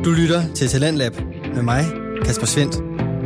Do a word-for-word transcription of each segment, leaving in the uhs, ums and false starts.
Du lytter til Talentlab med mig, Kasper Svendt.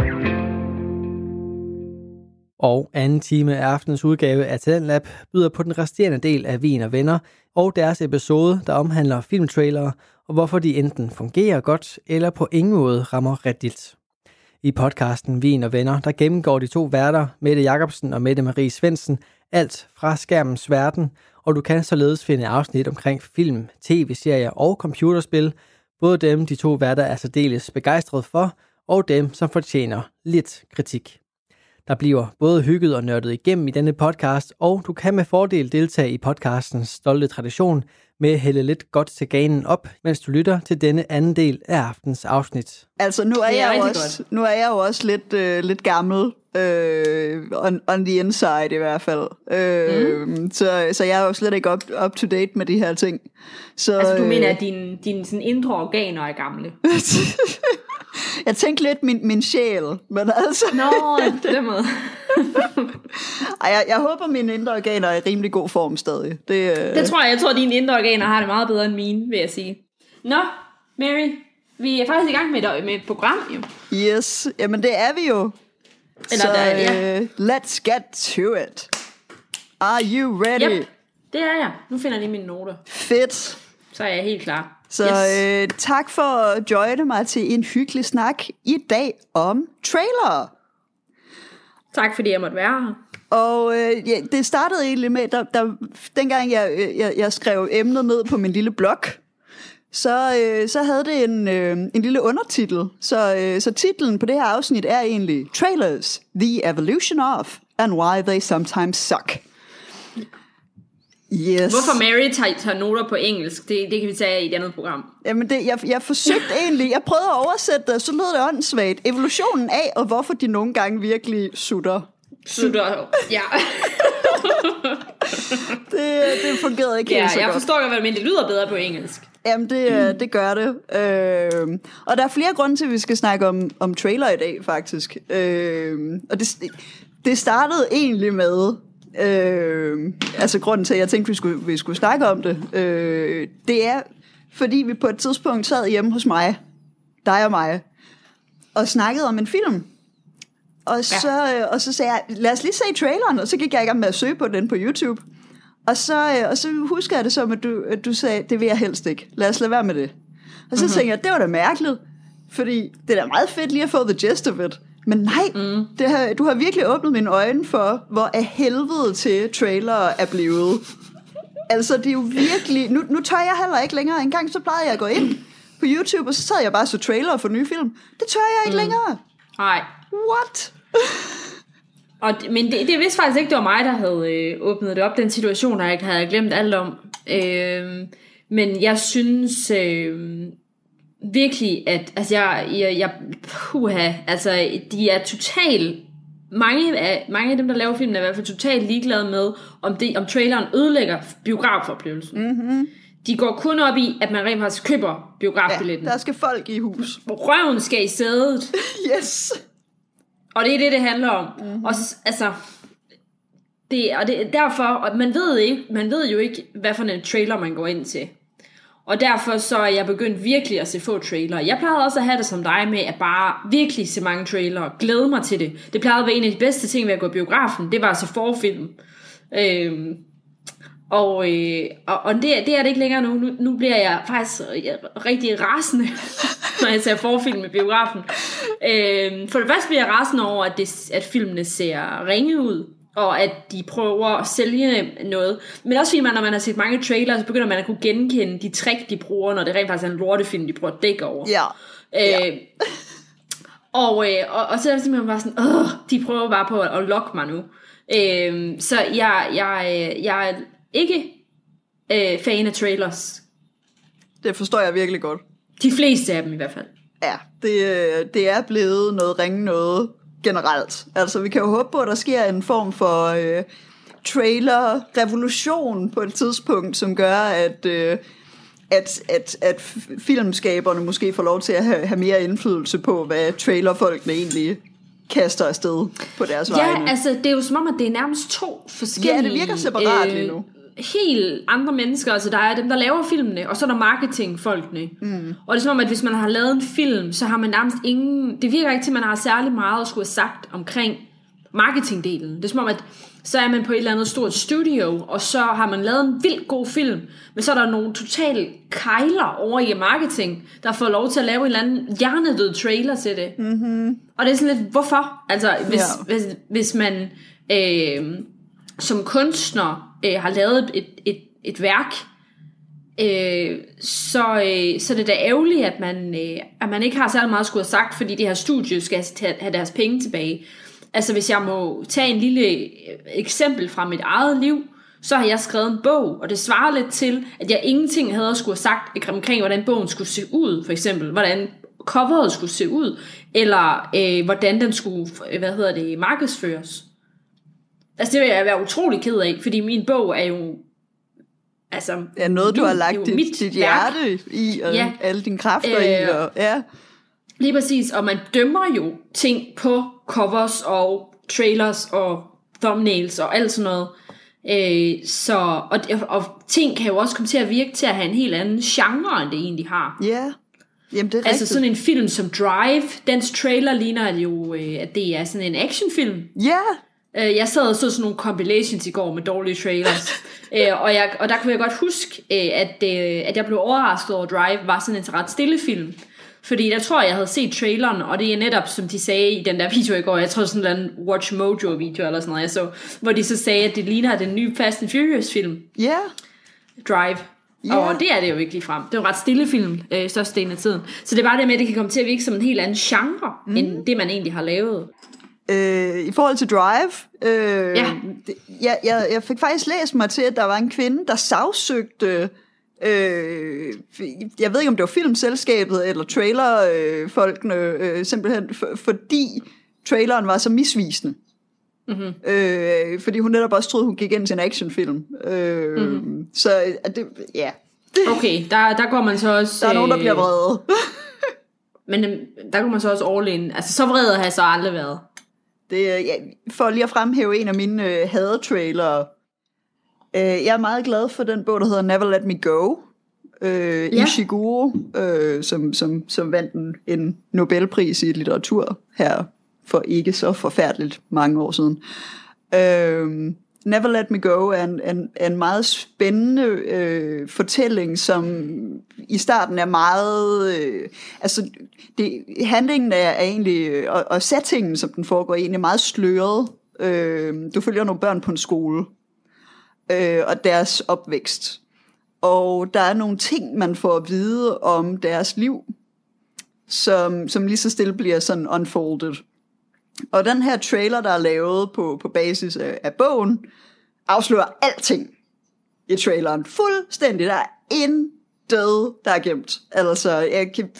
Og anden time af aftenens udgave af Talentlab byder på den resterende del af Vin og Venner og deres episode, der omhandler filmtrailere og hvorfor de enten fungerer godt eller på ingen måde rammer rigtigt. I podcasten Vin og Venner, der gennemgår de to værter, Mette Jacobsen og Mette Marie Svendsen, alt fra skærmens verden, og du kan således finde afsnit omkring film, tv-serier og computerspil, både dem, de to værter er særdeles begejstret for, og dem, som fortjener lidt kritik. Der bliver både hygget og nørdet igennem i denne podcast, og du kan med fordel deltage i podcastens stolte tradition med at hælde lidt godt til ganen op, mens du lytter til denne anden del af aftens afsnit. Altså, nu er, er jeg, jo også, nu er jeg jo også lidt, øh, lidt gammel, øh, on, on the inside i hvert fald. Øh, mm. så, så jeg er jo slet ikke up, up to date med de her ting. Så, altså, du øh, mener, at dine din, sådan indre organer er gamle? Jeg tænkte lidt min, min sjæl, men altså... Nå, det der måde. Ej, jeg, jeg håber, mine indre organer er i rimelig god form stadig. Det, øh... det tror jeg. Jeg tror, at dine indre organer har det meget bedre end mine, vil jeg sige. Nå, Mary, vi er faktisk i gang med et, med et program, jo. Yes, jamen det er vi jo. Eller så der, ja. uh, let's get to it. Are you ready? Yep, det er jeg. Nu finder jeg lige mine noter. Fedt. Så er jeg helt klar. Så yes. øh, tak for at joine mig til en hyggelig snak i dag om trailere. Tak fordi jeg måtte være her. Og øh, ja, det startede egentlig med, der, der, dengang jeg, jeg, jeg skrev emnet ned på min lille blog, så, øh, så havde det en, øh, en lille undertitel. Så, øh, så titlen på det her afsnit er egentlig Trailers, The Evolution of, and Why They Sometimes Suck. Yes. Hvorfor Mary tager, tager noter på engelsk, det, det kan vi tage i et andet program. Jamen det, jeg, jeg forsøgte egentlig, jeg prøvede at oversætte det, så lød det åndssvagt. Evolutionen af, og hvorfor de nogle gange virkelig sutter. Sutter, ja. det, det fungerede ikke ja, helt så jeg godt. forstår godt, men det lyder bedre på engelsk. Jamen det, mm. det gør det. Øh, og der er flere grunde til, at vi skal snakke om, om trailer i dag, faktisk. Øh, og det, det startede egentlig med... Øh, altså grunden til at jeg tænkte vi skulle, vi skulle snakke om det øh, det er fordi vi på et tidspunkt sad hjemme hos mig, dig og mig, og snakkede om en film. Og ja. så, og så sagde jeg, lad os lige se traileren. Og så gik jeg i gang med at søge på den på YouTube. Og så, og så husker jeg det som at du, at du sagde, det vil jeg helst ikke, lad os lade være med det. Og så mm-hmm. tænkte jeg, det var da mærkeligt, fordi det er da meget fedt lige at få the gist of it. Men nej, mm. det har, du har virkelig åbnet mine øjne for, hvor af helvede til trailere er blevet. Altså, det er jo virkelig... Nu, nu tør jeg heller ikke længere. En gang så plejede jeg at gå ind på YouTube, og så sad jeg bare så trailer for nye film. Det tør jeg ikke mm. længere. Nej. What? og, men det, det vidste faktisk ikke, det var mig, der havde øh, åbnet det op. Den situation, der jeg havde glemt alt om. Øh, men jeg synes... Øh, virkelig, at altså jeg, jeg, jeg puha, altså de er totalt, mange af, mange af dem, der laver filmen, er i hvert fald totalt ligeglade med, om, det, om traileren ødelægger biografoplevelsen. Mm-hmm. De går kun op i, at man rent faktisk køber biografbilletten. Ja, der skal folk i hus. Røven skal i sædet. Yes. Og det er det, det handler om. Mm-hmm. Og så, altså, det, og det er derfor, og man ved ikke, man ved jo ikke, hvad for en trailer man går ind til. Og derfor så er jeg begyndt virkelig at se få trailere. Jeg plejede også at have det som dig med at bare virkelig se mange trailere. Glæde mig til det. Det plejede at være en af de bedste ting ved at gå i biografen. Det var at se forfilm. Øhm, og øh, og, og det, det er det ikke længere nu. nu. Nu bliver jeg faktisk rigtig rasende, når jeg ser forfilm i biografen. Øhm, for det første bliver jeg rasende over, at, det, at filmene ser ringe ud. Og at de prøver at sælge noget. Men også fordi man, når man har set mange trailers, så begynder man at kunne genkende de trick, de bruger, når det rent faktisk er en lortefilm, de prøver at dække over. Ja. Øh, ja. og, øh, og, og så er det simpelthen bare sådan, åh, de prøver bare på at, at lokke mig nu. Øh, så jeg, jeg, jeg er ikke øh, fan af trailers. Det forstår jeg virkelig godt. De fleste af dem i hvert fald. Ja, det, det er blevet noget ringe noget generelt. Altså vi kan jo håbe på, at der sker en form for øh, trailer-revolution på et tidspunkt, som gør, at, øh, at, at, at filmskaberne måske får lov til at have, have mere indflydelse på, hvad trailerfolkene egentlig kaster afsted på deres ja, vegne. Ja, altså det er jo som om, at det er nærmest to forskellige... Ja, det virker separat øh, lige nu. helt andre mennesker. Altså der er dem, der laver filmene, og så er der marketingfolkene. Mm. Og det er som om, at hvis man har lavet en film, så har man nærmest ingen... Det virker ikke til, at man har særlig meget at skulle have sagt omkring marketingdelen. Det er som om, at så er man på et eller andet stort studio, og så har man lavet en vildt god film, men så er der nogle totale kejler over i marketing, der får lov til at lave en eller anden hjernedød trailer til det. Mm-hmm. Og det er sådan lidt, hvorfor? Altså, hvis, ja. hvis, hvis man øh, som kunstner øh, har lavet et, et, et værk, øh, så, øh, så er det da ærgerligt, at man, øh, at man ikke har særlig meget at skulle have sagt, fordi det her studie skal have deres penge tilbage. Altså hvis jeg må tage en lille eksempel fra mit eget liv, så har jeg skrevet en bog, og det svarer lidt til, at jeg ingenting havde at skulle have sagt omkring, hvordan bogen skulle se ud, for eksempel, hvordan coveret skulle se ud, eller øh, hvordan den skulle, hvad hedder det, markedsføres. Altså det vil jeg være utrolig ked af, fordi min bog er jo, altså... Ja, noget min, du har lagt dit, dit hjerte i, og ja. alle dine kræfter øh, i, og ja... Lige præcis, og man dømmer jo ting på covers og trailers og thumbnails og alt sådan noget. Øh, så, og, og ting kan jo også komme til at virke til at have en helt anden genre, end det egentlig har. Ja, yeah. Jamen det er altså rigtigt. Sådan en film som Drive, dens trailer ligner jo, øh, at det er sådan en actionfilm. Ja. Yeah. Øh, jeg sad og så sådan nogle compilations i går med dårlige trailers. øh, og, jeg, og der kunne jeg godt huske, øh, at, øh, at jeg blev overrasket over Drive, var sådan en ret stille film. Fordi jeg tror, jeg havde set traileren, og det er netop, som de sagde i den der video i går, jeg tror sådan en Watch Mojo video eller sådan noget, jeg så, hvor de så sagde, at det ligner den nye Fast and Furious film. Ja. Yeah. Drive. Yeah. Og det er det jo ikke ligefrem. Det er jo ret stille film, øh, størstedelen af tiden. Så det er bare det med, at det kan komme til at virke som en helt anden genre, mm. end det man egentlig har lavet. Øh, I forhold til Drive, øh, ja. det, jeg, jeg, jeg fik faktisk læst mig til, at der var en kvinde, der sagsøgte... Øh, jeg ved ikke om det var filmselskabet eller trailerfolkene øh, simpelthen for, fordi traileren var så misvisende. Mm-hmm. øh, fordi hun netop også troede hun gik ind til en actionfilm. øh, mm-hmm. Så det, ja okay, der, der går man så også der er nogen der bliver vrede. Men der går man så også all in. Altså så vrede har jeg så aldrig været. Det, ja, for lige at fremhæve en af mine øh, hadetrailere. Jeg er meget glad for den bog, der hedder Never Let Me Go. Øh, ja. Ishiguro, øh, som, som, som vandt en, en Nobelpris i litteratur her for ikke så forfærdeligt mange år siden. Øh, Never Let Me Go er en, en, en meget spændende øh, fortælling, som i starten er meget... Øh, altså, det, handlingen er, er egentlig, og, og settingen, som den foregår, er egentlig meget sløret. Øh, du følger nogle børn på en skole, øh, og deres opvækst. Og der er nogle ting, man får at vide om deres liv, som, som lige så stille bliver sådan unfolded. Og den her trailer, der er lavet på, på basis af, af bogen, afslører alting i traileren. Fuldstændig. Der er intet, der er gemt. Altså, jeg kan,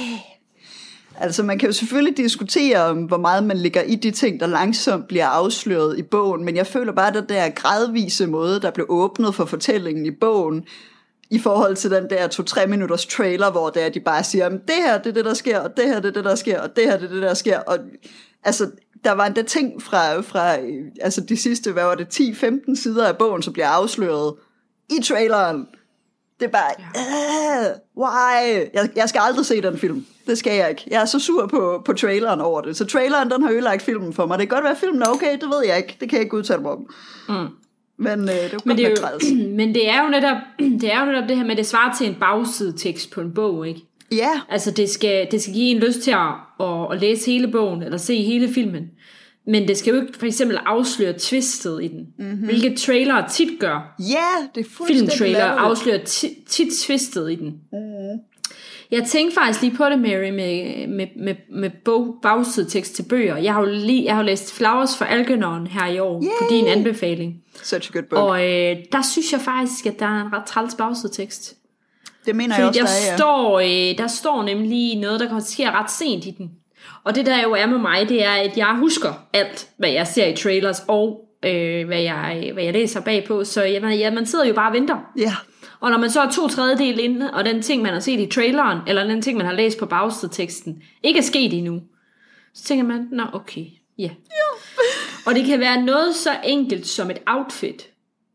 altså, man kan jo selvfølgelig diskutere om, hvor meget man ligger i de ting, der langsomt bliver afsløret i bogen, men jeg føler bare, at den der gradvise måde, der blev åbnet for fortællingen i bogen, i forhold til den der to-tre minutters trailer, hvor der de bare siger, det her det er det, der sker, og det her det er det, der sker, og det her det er det, der sker. Og altså, der var endda ting fra, fra altså de sidste, hvad var det, ti femten sider af bogen, som bliver afsløret i traileren. Det er bare, ja. why? Jeg, jeg skal aldrig se den film. Det skal jeg ikke. Jeg er så sur på, på traileren over det. Så traileren, den har ødelagt filmen for mig. Det kan godt være, at filmen er okay, det ved jeg ikke. Det kan jeg ikke udtale mig om. Mm. Men, øh, det men, det er jo, men det er jo netop det er jo netop det her med, det svarer til en bagsidetekst på en bog, ikke? Ja. Yeah. Altså det skal, det skal give en lyst til at, at, at læse hele bogen, eller se hele filmen. Men det skal jo ikke for eksempel afsløre twistet i den. Mm-hmm. Hvilket trailer tit gør. Ja, yeah, det er fuldstændig filmtrailer afslører tit, tit twistet i den. Mm. Jeg tænkte faktisk lige på det, Mary, med, med, med, med bog, bagsidetekst til bøger. Jeg har jo, lige, jeg har jo læst Flowers for Algernon her i år, Yay! På din anbefaling. Such a good book. Og øh, der synes jeg faktisk, at der er en ret træls bagsidetekst. Det mener Fordi jeg også, der, der er, ja. står, øh, der står nemlig noget, der sker ret sent i den. Og det der jo er med mig, det er, at jeg husker alt, hvad jeg ser i trailers, og øh, hvad, jeg, hvad jeg læser bagpå. Så jamen, ja, man sidder jo bare og venter. Ja. Yeah. Og når man så er to tredjedel inde, og den ting, man har set i traileren, eller den ting, man har læst på bagsideteksten, ikke er sket endnu, så tænker man, nå okay, ja. Yeah. Yeah. Og det kan være noget så enkelt som et outfit.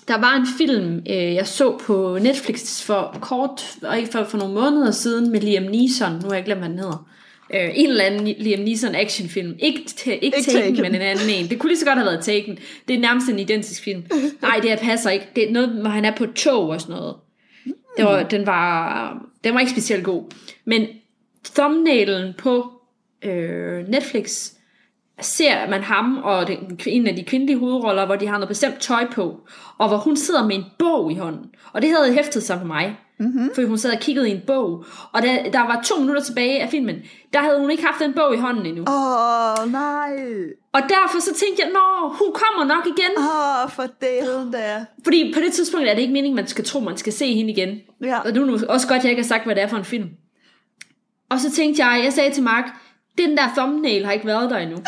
Der var en film, øh, jeg så på Netflix for kort, og ikke for, for nogle måneder siden, med Liam Neeson. Nu har jeg glemt, hvad den hedder. Øh, en eller anden Liam Neeson actionfilm. Ikke, t- ikke, ikke Taken, Taken, men en anden en. Det kunne lige så godt have været Taken. Det er nærmest en identisk film. Nej, det her passer ikke. Det er noget, hvor han er på et tog og sådan noget. Det var, den, var, den var ikke specielt god. Men thumbnailen på øh, Netflix ser man ham og den, en af de kvindelige hovedroller, hvor de har noget bestemt tøj på, og hvor hun sidder med en bog i hånden. Og det havde hæftet sig på mig, mm-hmm. fordi hun sad og kiggede i en bog. Og da der var to minutter tilbage af filmen, der havde hun ikke haft den bog i hånden endnu. Åh, oh, nej. Og derfor så tænkte jeg, nå, hun kommer nok igen. Åh, oh, for delen der. Fordi på det tidspunkt er det ikke meningen, man skal tro, man skal se hende igen. Ja. Og nu er det også godt, jeg ikke har sagt, hvad det er for en film. Og så tænkte jeg, jeg sagde til Mark, den der thumbnail har ikke været der endnu.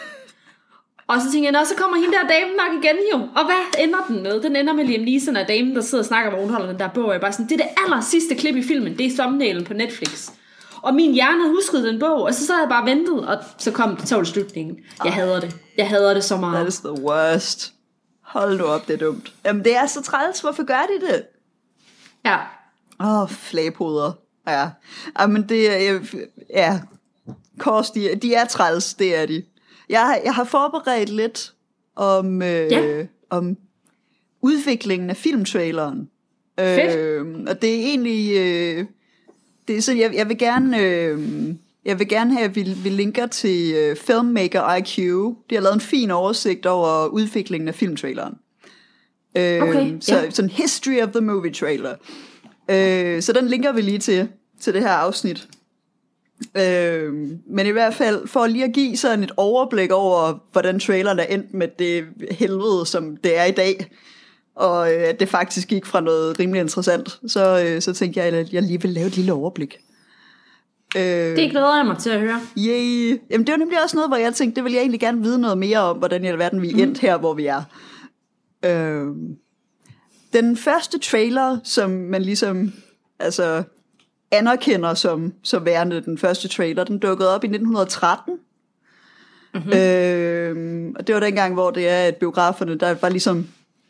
Og så tænkte jeg, nå, så kommer hende der damen nok igen jo. Og hvad ender den med? Den ender med Liam Neeson og damen, der sidder og snakker, hvor hun holder den der bog. Og jeg er bare sådan, det er det aller sidste klip i filmen. Det er thumbnailen på Netflix. Og min hjerne havde husket den bog, og så sad jeg bare ventet, og så kom det til slutningen. Jeg hader det. Jeg hader det så meget. That is the worst. Hold nu op, det er dumt. Jamen, det er så træls. Hvorfor gør de det? Ja. Åh, oh, flagpoder. Ja. Jamen, det er... Ja. Kors, de, de er træls, det er de. Jeg, jeg har forberedt lidt om, øh, ja. om udviklingen af filmtraileren. Øh, og det er egentlig... Øh, det er så, jeg, jeg vil gerne... Øh, jeg vil gerne have, at vi, vi linker til øh, Filmmaker I Q. De har lavet en fin oversigt over udviklingen af filmtraileren. Øh, okay, så, ja. Sådan History of the Movie Trailer. Øh, så den linker vi lige til, til det her afsnit. Øh, men i hvert fald for lige at give sådan et overblik over hvordan traileren er endt med det helvede som det er i dag, og at øh, det faktisk gik fra noget rimelig interessant, så, øh, så tænkte jeg at jeg lige vil lave et lille overblik. øh, Det glæder jeg mig til at høre. Yay. Jamen det var nemlig også noget hvor jeg tænkte det vil jeg egentlig gerne vide noget mere om, hvordan i alverden vi er endt her hvor vi er. øh, Den første trailer som man ligesom altså anerkender som, som værende den første trailer, den dukkede op i nitten tretten. Mm-hmm. Øh, og det var dengang, hvor det er, at biograferne, der var ligesom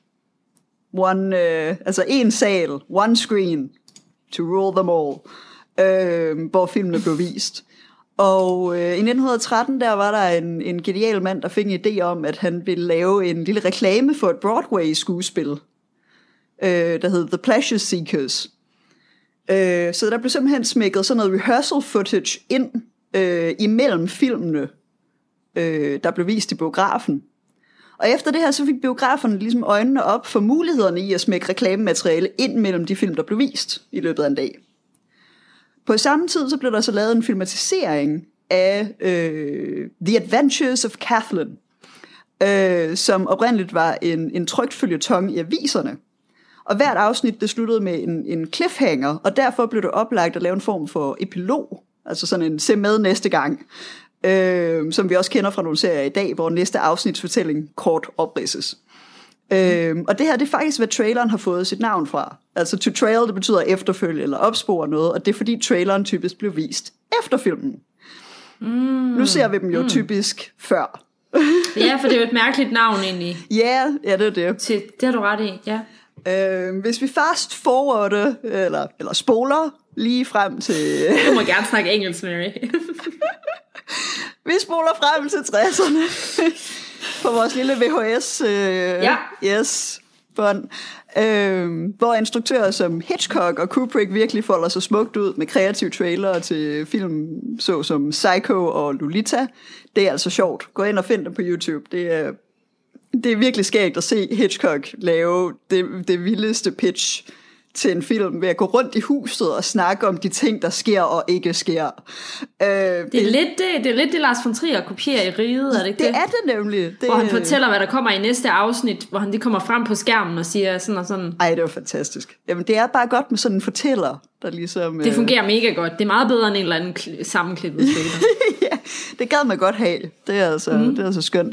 one, øh, altså en sal, one screen, to rule them all, øh, hvor filmene blev vist. Og øh, i nitten tretten, der var der en, en genial mand, der fik en idé om, at han ville lave en lille reklame for et Broadway-skuespil, øh, der hed The Pleasure Seekers. Øh, så der blev simpelthen smækket sådan noget rehearsal footage ind øh, imellem filmene, øh, der blev vist i biografen. Og efter det her, så fik biograferne ligesom øjnene op for mulighederne i at smække reklamemateriale ind mellem de film, der blev vist i løbet af en dag. På samme tid, så blev der så lavet en filmatisering af øh, The Adventures of Kathleen, øh, som oprindeligt var en, en trykt føljeton i aviserne. Og hvert afsnit, det sluttede med en, en cliffhanger, og derfor blev det oplagt at lave en form for epilog, altså sådan en se med næste gang, øh, som vi også kender fra nogle serier i dag, hvor næste afsnitsfortælling kort opridses. Mm. Øh, og det her, det er faktisk, hvad traileren har fået sit navn fra. Altså to trail, det betyder efterfølge eller opspore noget, og det er fordi traileren typisk blev vist efter filmen. Mm. Nu ser vi dem jo mm. typisk før. Ja, for det er jo et mærkeligt navn egentlig. Ja, ja, det er det. Til, det har du ret i, ja. Øh, hvis vi fast forwarder, eller, eller spoler lige frem til... Du må gerne snakke engelsk, Mary. Vi spoler frem til tresserne på vores lille V H S øh, ja. yes, bånd, øh, hvor instruktører som Hitchcock og Kubrick virkelig folder sig smukt ud med kreative trailere til film så som Psycho og Lolita. Det er altså sjovt. Gå ind og find dem på YouTube. Det er Det er virkelig skægt at se Hitchcock lave det, det vildeste pitch til en film ved at gå rundt i huset og snakke om de ting, der sker og ikke sker. Uh, det, er det, lidt det, det er lidt det, Lars von Trier kopierer i Riget, er det ikke det? Det er det nemlig. Det, hvor han fortæller, hvad der kommer i næste afsnit, hvor han det kommer frem på skærmen og siger sådan og sådan. Ej, det var fantastisk. Jamen, det er bare godt med sådan en fortæller, der ligesom... Det fungerer mega godt. Det er meget bedre end en eller anden kl- sammenklippet trailer. Ja, det gad man godt have. Det er altså, mm. det er altså skønt.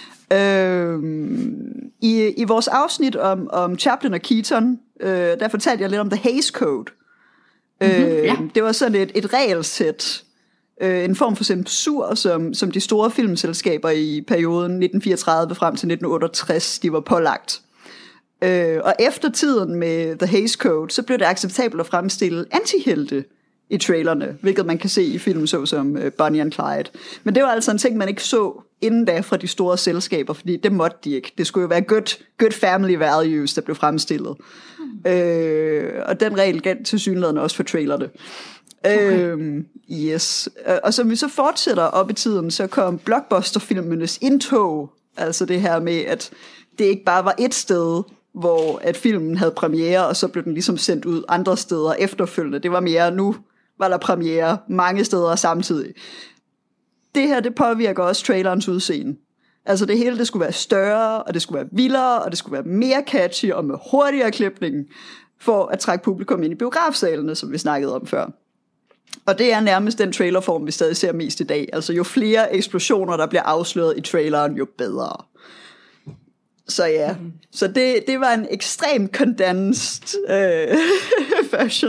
Øhm, i, I vores afsnit om, om Chaplin og Keaton, øh, der fortalte jeg lidt om The Hays Code. Mm-hmm, øh, ja. Det var sådan et, et regelsæt, øh, en form for censur, som, som de store filmselskaber i perioden nitten fireogtredive frem til nitten otteogtres, de var pålagt. Øh, og efter tiden med The Hays Code, så blev det acceptabelt at fremstille antihelte i trailerne, hvilket man kan se i film såsom uh, Bonnie and Clyde. Men det var altså en ting, man ikke så inden da fra de store selskaber, fordi det måtte de ikke. Det skulle jo være good, good family values, der blev fremstillet. Mm. Øh, og den regel galt til synligheden også for trailerne. Okay. Øh, yes. Og som vi så fortsætter op i tiden, så kom blockbusterfilmenes indtog, altså det her med, at det ikke bare var et sted, hvor at filmen havde premiere, og så blev den ligesom sendt ud andre steder efterfølgende. Det var mere, nu var der premiere mange steder samtidig. Det her, det påvirker også trailerens udseende. Altså det hele, det skulle være større, og det skulle være vildere, og det skulle være mere catchy, og med hurtigere klipning, for at trække publikum ind i biografsalene, som vi snakkede om før. Og det er nærmest den trailerform, vi stadig ser mest i dag. Altså jo flere eksplosioner, der bliver afsløret i traileren, jo bedre. Så ja, mm-hmm. så det, det var en ekstrem condensed øh, version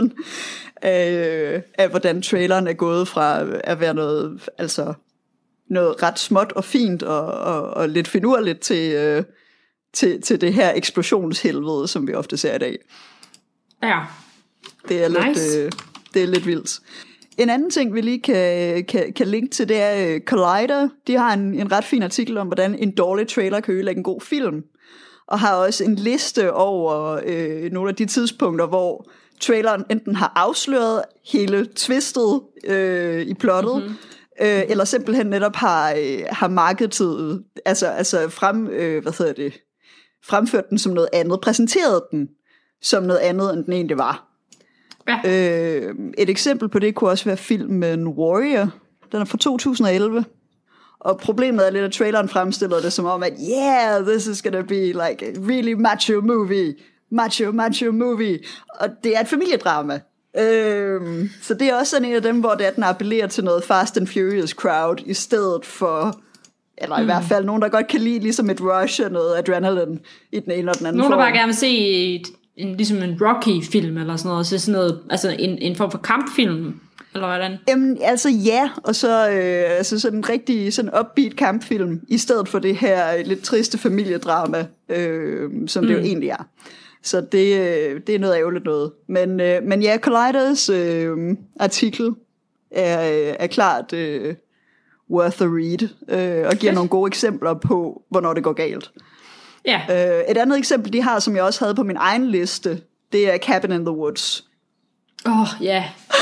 øh, af, hvordan traileren er gået fra at være noget, altså noget ret småt og fint og, og, og lidt finurligt til, øh, til, til det her eksplosionshelvede, som vi ofte ser i dag. Ja, det er nice. lidt, øh, det er lidt vildt. En anden ting, vi lige kan, kan, kan linke til, det er uh, Collider. De har en, en ret fin artikel om, hvordan en dårlig trailer kan ødelægge en god film. Og har også en liste over øh, nogle af de tidspunkter, hvor traileren enten har afsløret hele twistet øh, i plottet, mm-hmm. øh, eller simpelthen netop har, øh, har markedet, altså, altså frem, øh, hvad hedder det, fremført den som noget andet, præsenteret den som noget andet, end den egentlig var. Ja. Øh, et eksempel på det kunne også være filmen Warrior. Den er fra to tusind og elleve. Og problemet er lidt, at traileren fremstiller det som om, at yeah, this is gonna be like a really macho movie. Macho, macho movie. Og det er et familiedrama. Øh, så det er også sådan en af dem, hvor det er, den appellerer til noget Fast and Furious crowd, i stedet for, eller i mm. hvert fald nogen, der godt kan lide ligesom et rush og noget adrenaline i den ene og den anden nogen, form. Der bare gerne vil se et En, ligesom en Rocky-film eller sådan noget, så sådan noget, altså en, en form for kampfilm, eller hvordan? Jamen, altså ja, og så øh, altså sådan en rigtig sådan upbeat kampfilm, i stedet for det her lidt triste familiedrama, øh, som mm. det jo egentlig er. Så det, øh, det er noget ærgerligt noget. Men, øh, men ja, Colliders øh, artikel er, er klart øh, worth a read, øh, og giver nogle gode eksempler på, hvornår det går galt. Yeah. Øh, et andet eksempel, de har, som jeg også havde på min egen liste, det er Cabin in the Woods. Åh, oh, ja. Yeah.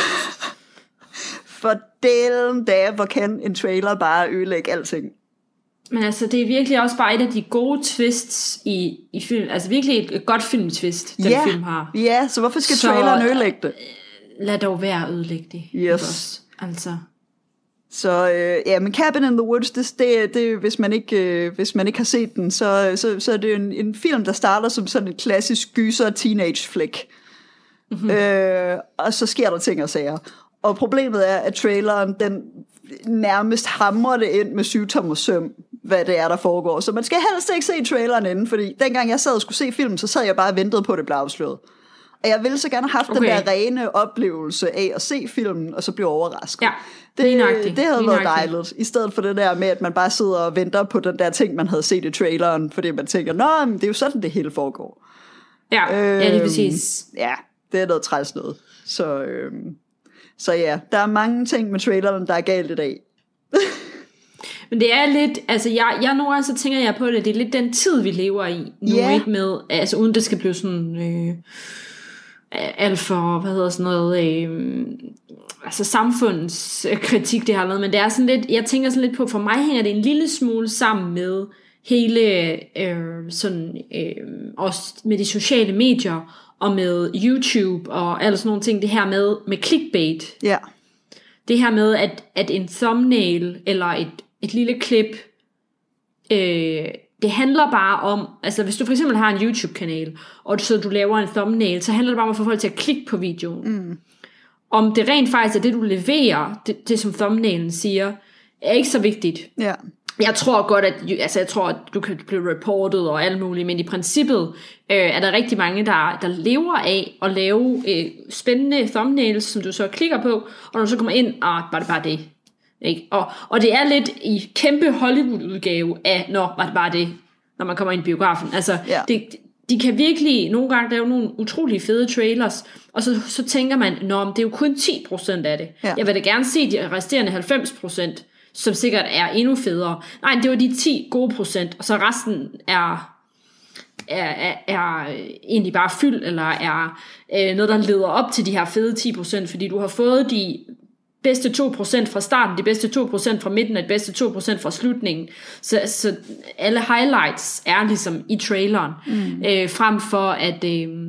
For delen da, hvor kan en trailer bare ødelægge alting. Men altså, det er virkelig også bare et af de gode twists i, i film. Altså virkelig et, et godt filmtwist, den yeah. film har. Ja, yeah, så hvorfor skal så, traileren ødelægge det? Lad dog være at ødelægge det. Yes. Altså... Så øh, ja, men Cabin in the Woods, det, det, det hvis man ikke øh, hvis man ikke har set den, så så så er det en, en film, der starter som sådan en klassisk gyser teenage flick. Mm-hmm. Øh, og så sker der ting og sager. Og problemet er, at traileren den nærmest hamrer det ind med syvtommer søm, hvad det er der foregår. Så man skal helst ikke se traileren inden, fordi dengang jeg sad og skulle se filmen, så sad jeg bare og ventede på, at det blev afsløret. Og jeg ville så gerne have haft okay. den der rene oplevelse af at se filmen, og så blive overrasket. Ja, det, det havde været dejligt. I stedet for det der med, at man bare sidder og venter på den der ting, man havde set i traileren, fordi man tænker, nå, det er jo sådan, det hele foregår. Ja, øhm, ja, det er præcis. Ja, det er noget træls noget. Så, øhm, så ja, der er mange ting med traileren, der er galt i dag. Men det er lidt, altså jeg, jeg nogle gange så tænker jeg på det, det er lidt den tid, vi lever i nu, yeah. ikke med, altså uden det skal blive sådan... Øh, alt for, hvad hedder sådan noget, øh, altså samfundskritik, det har lavet, men det er sådan lidt, jeg tænker sådan lidt på, for mig hænger det en lille smule sammen med hele, øh, sådan, øh, også med de sociale medier, og med YouTube, og alle sådan nogle ting, det her med, med clickbait. Ja. Yeah. Det her med, at, at en thumbnail, eller et, et lille klip, øh, det handler bare om, altså hvis du for eksempel har en YouTube-kanal, og så du laver en thumbnail, så handler det bare om at få folk til at klikke på videoen. Mm. Om det rent faktisk er det, du leverer, det, det som thumbnailen siger, er ikke så vigtigt. Ja. Jeg tror godt, at altså jeg tror, at du kan blive reportet og alt muligt, men i princippet øh, er der rigtig mange, der, der lever af at lave øh, spændende thumbnails, som du så klikker på, og når du så kommer ind, ah, var det bare det. Ikke? Og, og det er lidt i kæmpe Hollywood-udgave af, når var det bare det, når man kommer ind i biografen. Altså, ja. det, de kan virkelig nogle gange lave nogle utrolig fede trailers, og så, så tænker man, nå, det er jo kun ti procent af det. Ja. Jeg vil da gerne se de resterende halvfems procent, som sikkert er endnu federe. Nej, det var de ti gode procent, og så resten er, er, er, er egentlig bare fyld, eller er øh, noget, der leder op til de her fede ti procent, fordi du har fået de bedste to procent fra starten, de bedste to procent fra midten, og de bedste to procent fra slutningen. Så, så alle highlights er ligesom i traileren, mm. øh, frem for at, øh,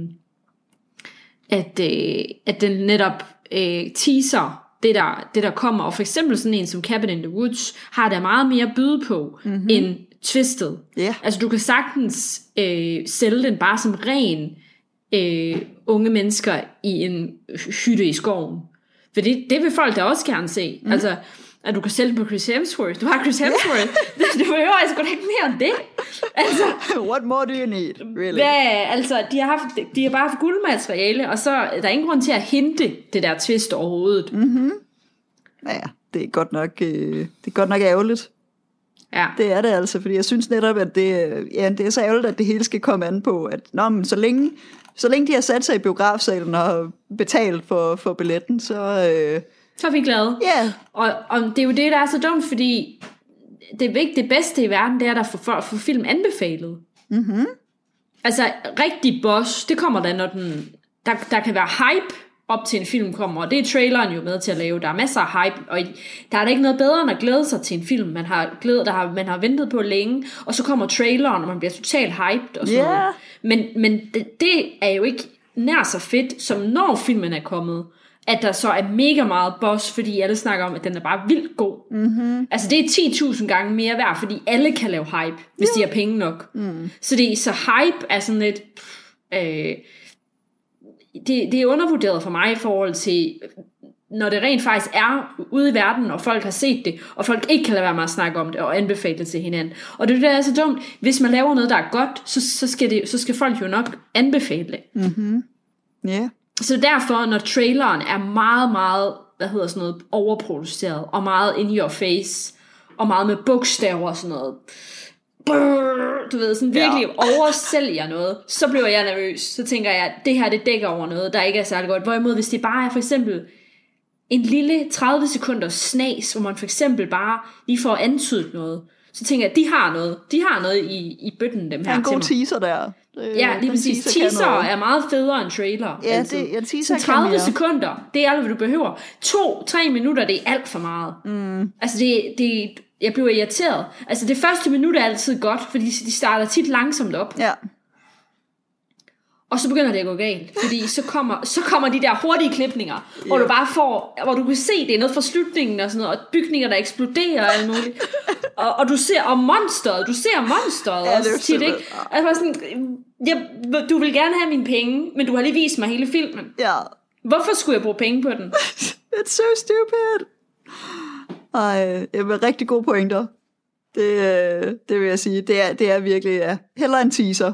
at, øh, at den netop øh, teaser det der, det der kommer. Og for eksempel sådan en som Cabin in the Woods har der meget mere at byde på, mm-hmm. end Twisted. Yeah. Altså du kan sagtens øh, sælge den bare som ren øh, unge mennesker i en hytte i skoven. For det, det vil folk da også gerne se. Mm. Altså, at du kan sælge på Chris Hemsworth. Du har Chris Hemsworth. Yeah. Du behøver altså godt ikke mere om det. Altså, what more do you need, really? Hvad, altså, de har, haft, de har bare haft guldmateriale, og så der er ingen grund til at hente det der twist overhovedet. Mm-hmm. Ja, det er godt nok, øh, det er godt nok ærgerligt. Ja. Det er det altså, fordi jeg synes netop, at det, ja, det er så ærgerligt, at det hele skal komme an på, at nå, men så længe... Så længe de har sat sig i biografsalen og betalt for, for billetten, så... Øh... Så er vi glade. Ja. Yeah. Og, og det er jo det, der er så dumt, fordi det, vigtige, det bedste i verden, det er, at få for film anbefalet. Mm-hmm. Altså, rigtig boss, det kommer der, når den... Der, der kan være hype op til en film kommer, og det er traileren jo med til at lave. Der er masser af hype, og der er da ikke noget bedre end at glæde sig til en film, man har, glædet, der har, man har ventet på længe, og så kommer traileren, og man bliver totalt hyped og sådan yeah. noget. Men, men det, det er jo ikke nær så fedt, som når filmen er kommet, at der så er mega meget buzz, fordi alle snakker om, at den er bare vildt god. Mm-hmm. Altså det er ti tusind gange mere værd, fordi alle kan lave hype, hvis yeah. de har penge nok. Mm. Så, det, så hype er sådan lidt... Øh, Det, det er undervurderet for mig i forhold til, når det rent faktisk er ude i verden, og folk har set det, og folk ikke kan lade være med at snakke om det, og anbefale det til hinanden. Og det der er så dumt, hvis man laver noget, der er godt, så, så, skal, det, så skal folk jo nok anbefale det. Mm-hmm. Yeah. Så derfor, når traileren er meget, meget, hvad hedder sådan noget, overproduceret, og meget in your face, og meget med bogstaver og sådan noget, du ved, sådan virkelig ja. oversælger noget, så bliver jeg nervøs. Så tænker jeg, at det her, det dækker over noget, der ikke er særlig godt. Hvorimod, hvis det bare er for eksempel en lille tredive sekunders snas, hvor man for eksempel bare lige får antydet noget, så tænker jeg, at de har noget. De har noget i, i bøtten, dem her. en god teaser der. Det, ja, lige præcis. Teaser, teaser er meget federe end trailer. Ja, det, ja teaser så tredive sekunder, det er alt, hvad du behøver. To, tre minutter, det er alt for meget. Mm. Altså, det, det jeg bliver irriteret. Altså det første minut er altid godt, fordi de starter tit langsomt op. Ja. Og så begynder det at gå galt, fordi så kommer, så kommer de der hurtige klipninger, yeah. hvor du bare får, hvor du kan se, det er noget fra slutningen og sådan noget, og bygninger, der eksploderer og alt muligt. og, og du ser, og monsteret, du ser monsteret ja, også tit, ikke? Altså sådan, jeg, du vil gerne have mine penge, men du har lige vist mig hele filmen. Ja. Hvorfor skulle jeg bruge penge på den? It's so stupid. Ej, jeg vil rigtig gode pointer. Det, det vil jeg sige. Det er, det er virkelig, ja. Hellere en teaser.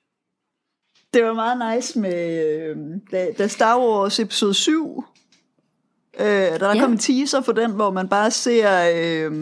Det var meget nice med, øh, da, da Star Wars episode syv, øh, der, der ja. kom en teaser for den, hvor man bare ser, øh,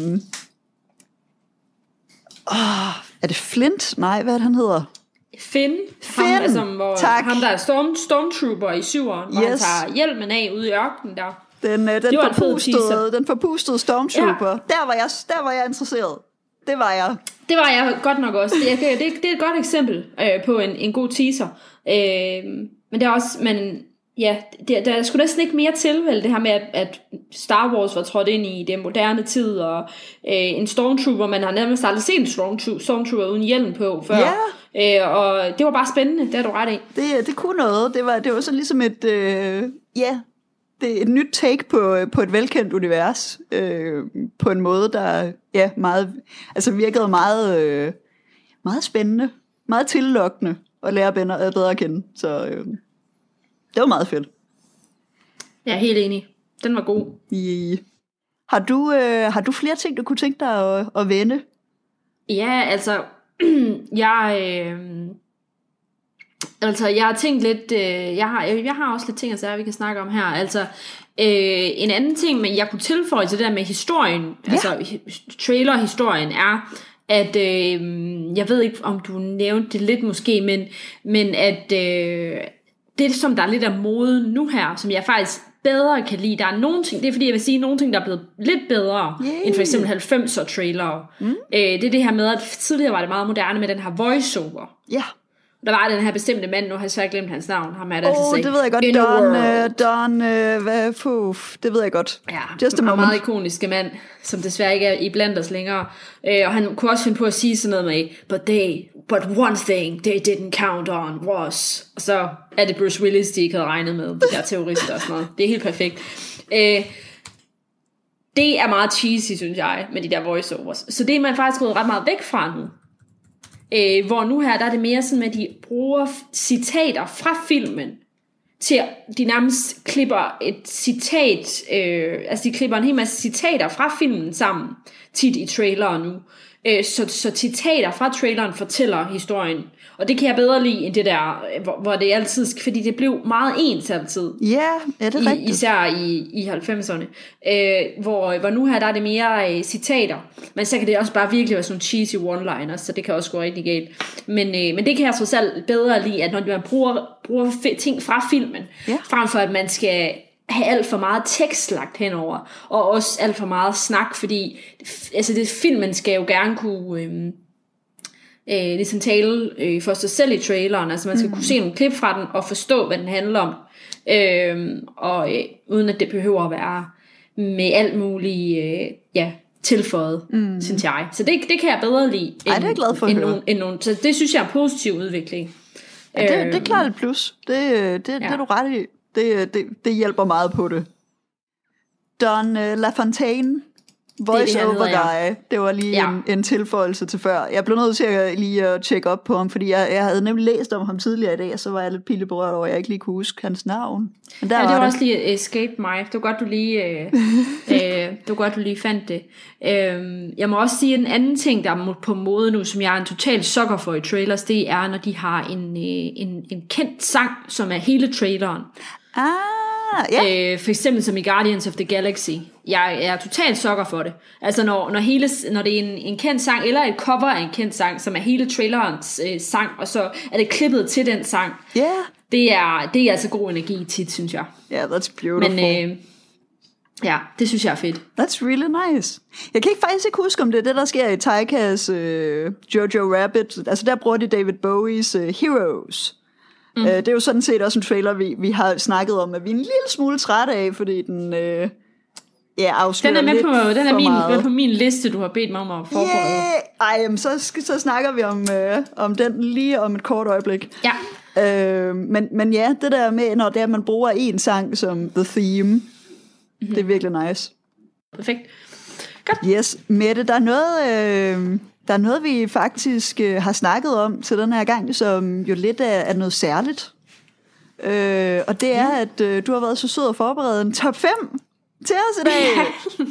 åh, er det Flint? Nej, hvad er det, han hedder? Finn. Finn, ham, altså, hvor, tak. Ham, der er storm, stormtrooper i syveren, hvor yes. han tager hjelmen af ude i ørkenen der. Den, øh, den, forpustede, den forpustede stormtrooper. Ja. Der, var jeg, der var jeg interesseret. Det var jeg. Det var jeg godt nok også. Det, det, det er et godt eksempel øh, på en, en god teaser. Øh, men det er også, men ja, det, der skulle næsten ikke mere til, vel, det her med, at, at Star Wars var trådt ind i den moderne tid, og øh, en stormtrooper, man har nærmest aldrig set en stormtrooper, stormtrooper uden hjelm på før. Ja. Øh, og det var bare spændende, det har du ret i. Det, det kunne noget. Det var, det var så ligesom et, øh, ja, det er et nyt take på, på et velkendt univers, øh, på en måde, der ja, meget, altså virkede meget, øh, meget spændende, meget tillokkende at lære bedre, bedre at kende. Så øh, det var meget fedt. Jeg er helt enig. Den var god. I, har, du, øh, har du flere ting, du kunne tænke dig at, at vende? Ja, altså, jeg... Øh Altså, jeg har tænkt lidt, øh, jeg, har, jeg, jeg har også lidt ting at sige, vi kan snakke om her. Altså, øh, en anden ting, men jeg kunne tilføje til det der med historien, ja. altså trailer-historien er, at øh, jeg ved ikke, om du nævnte det lidt måske, men, men at øh, det, som der er lidt af mode nu her, som jeg faktisk bedre kan lide, der er nogle ting, det er fordi, jeg vil sige, nogle ting, der er blevet lidt bedre, Yay. end for eksempel halvfemser trailere. Mm. Øh, det er det her med, at tidligere var det meget moderne med den her voiceover. Ja. Yeah. Der var den her bestemte mand, nu har jeg så glemt hans navn. Ham er der Åh, oh, det ved jeg godt. Don, uh, Don, uh, hvad, puff, det ved jeg godt. Ja, Just a moment. En meget ikoniske mand, som desværre ikke er i blandt os længere. Uh, og han kunne også finde på at sige sådan noget med, but they, but one thing they didn't count on was. Og så er det Bruce Willis, de ikke havde regnet med, de der terrorister og sådan noget. Det er helt perfekt. Uh, det er meget cheesy, synes jeg, med de der voiceovers. Så det er man faktisk gået ret meget væk fra nu. Øh, hvor nu her, der er det mere sådan, at de bruger citater fra filmen, til de nærmest klipper et citat, øh, altså de klipper en hel masse citater fra filmen sammen, tit i traileren nu. Øh, så, så citater fra traileren fortæller historien. Og det kan jeg bedre lide end det der, hvor, hvor det altid, fordi det blev meget ens altid. Ja, yeah, er det rigtigt? Især i, i halvfemserne. Øh, hvor, hvor nu her, der er det mere øh, citater. Men så kan det også bare virkelig være sådan nogle cheesy one-liners, så det kan også gå rigtig galt. Men, øh, men det kan jeg trods alt bedre lide, at når man bruger, bruger ting fra filmen, yeah. frem for at man skal have alt for meget tekst lagt henover, og også alt for meget snak, fordi altså det, filmen skal jo gerne kunne øh, øh, ligesom tale øh, for sig selv i traileren, altså man skal mm. kunne se nogle klip fra den, og forstå, hvad den handler om, øh, og øh, uden at det behøver at være med alt muligt øh, ja, tilføjet, mm. synes jeg. Så det, det kan jeg bedre lide, end, Ej, det er jeg glad for end, nogen, end nogen, så det synes jeg er en positiv udvikling. Ja, det, det er klart et plus, det, det, det, ja. det er du ret i. Det, det, det hjælper meget på det. Don uh, LaFontaine, voice over guy. Det var lige ja. en, en tilføjelse til før. Jeg blev nødt til at lige at tjekke op på ham, fordi jeg, jeg havde nemlig læst om ham tidligere i dag, og så var jeg lidt pilleberørt over, at jeg ikke lige kunne huske hans navn. Men der ja, det var, var det. Også lige escape mig. Det var godt, du lige, øh, øh, det var godt, du lige fandt det. Øh, jeg må også sige, en anden ting, der er på mode nu, som jeg er en total sukker for i trailers, det er, når de har en, en, en kendt sang, som er hele traileren. Ah, ja. øh, for eksempel som i Guardians of the Galaxy. Jeg, jeg er totalt sukker for det. Altså når, når, hele, når det er en, en kendt sang, eller et cover af en kendt sang, som er hele trailerens øh, sang, og så er det klippet til den sang. Ja. Yeah. Det er, det er altså god energi tit, synes jeg. Yeah, that's beautiful. Men øh, ja, det synes jeg er fedt. That's really nice. Jeg kan ikke faktisk ikke huske, om det er det, der sker i Taikas øh, Jojo Rabbit. Altså der bruger de David Bowies øh, Heroes. Mm. Øh, det er jo sådan set også en trailer, vi, vi har snakket om, at vi er en lille smule trætte af, fordi den øh, ja, afslører den er med lidt på, den er min, meget. med på min liste, du har bedt mig om at forberede. Yeah! Ej, jamen, så, så snakker vi om, øh, om den lige om et kort øjeblik. Ja. Øh, men, men ja, det der med, når det er, man bruger en sang som the theme, mm-hmm. det er virkelig nice. Perfekt. Godt. Yes, Mette, der er noget... Øh, Der er noget, vi faktisk øh, har snakket om til den her gang, som jo lidt er, er noget særligt. Øh, og det er, at øh, du har været så sød at forberede en top fem til os i dag.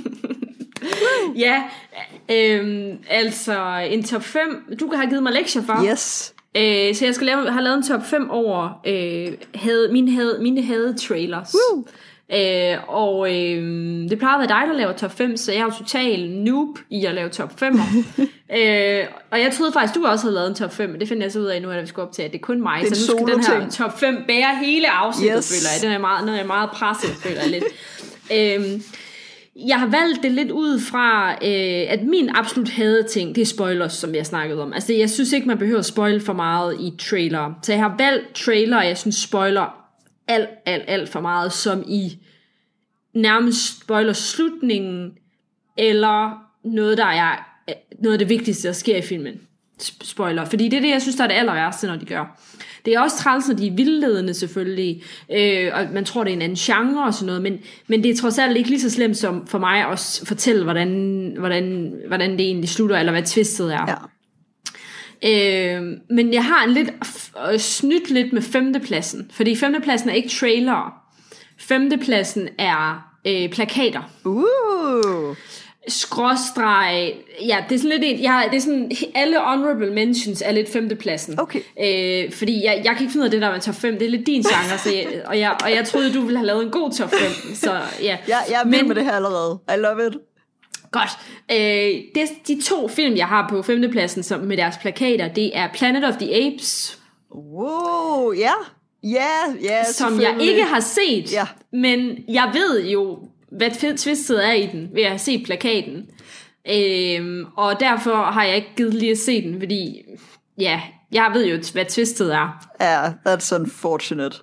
Ja, øhm, altså en top fem, du har givet mig lektier for. Yes. Øh, så jeg skal lave, har lavet en top fem over øh, had, mine, had, mine had-trailers. Woo! Øh, og øh, det plejer at være dig, der laver top fem, så jeg er jo total noob i at lave top fem'er. øh, og jeg troede faktisk, du også havde lavet en top fem, men det finder jeg så ud af nu, at vi skal optage, at det er kun mig. Det så nu skal den her ting. top fem bære hele afsnittet, yes. føler jeg. Den er meget, når jeg er meget presset, føler jeg lidt. øh, jeg har valgt det lidt ud fra, øh, at min absolut hadede ting, det er spoilers, som jeg snakkede om. Altså jeg synes ikke, man behøver at spoil for meget i trailer. Så jeg har valgt trailer, og jeg synes spoiler alt, alt, alt for meget, som i nærmest spoiler slutningen, eller noget, der er noget af det vigtigste, der sker i filmen. Spoiler. Fordi det er det, jeg synes, der er det aller værste, når de gør. Det er også træls, når de er vildledende selvfølgelig, øh, og man tror, det er en anden genre og sådan noget, men, men det er trods alt ikke lige så slemt som for mig at fortælle, hvordan, hvordan, hvordan det egentlig slutter, eller hvad twistet er. Ja. Øh, men jeg har en lidt øh, snydt lidt med femtepladsen, fordi femtepladsen er ikke trailer. Femtepladsen er øh, plakater. Uh. Skråstreg. Ja, det er sådan lidt en, jeg har, det er sådan, alle honorable mentions er lidt femtepladsen. Okay. Øh, fordi jeg, jeg kan ikke finde ud af det der med top fem. Det er lidt din genre, så jeg, og, jeg, og jeg troede, du ville have lavet en god top fem. Så ja. Ja, jeg er vild med det her allerede. I love it. Godt. Øh, det, de to film, jeg har på femtepladsen som med deres plakater, det er Planet of the Apes. Wow, ja. Ja, ja, som jeg ikke har set, ja. Men jeg ved jo, hvad twistet er i den, ved at have set plakaten. Øhm, og derfor har jeg ikke givet lige at se den, fordi ja, jeg ved jo, hvad twistet er. Ja, that's unfortunate.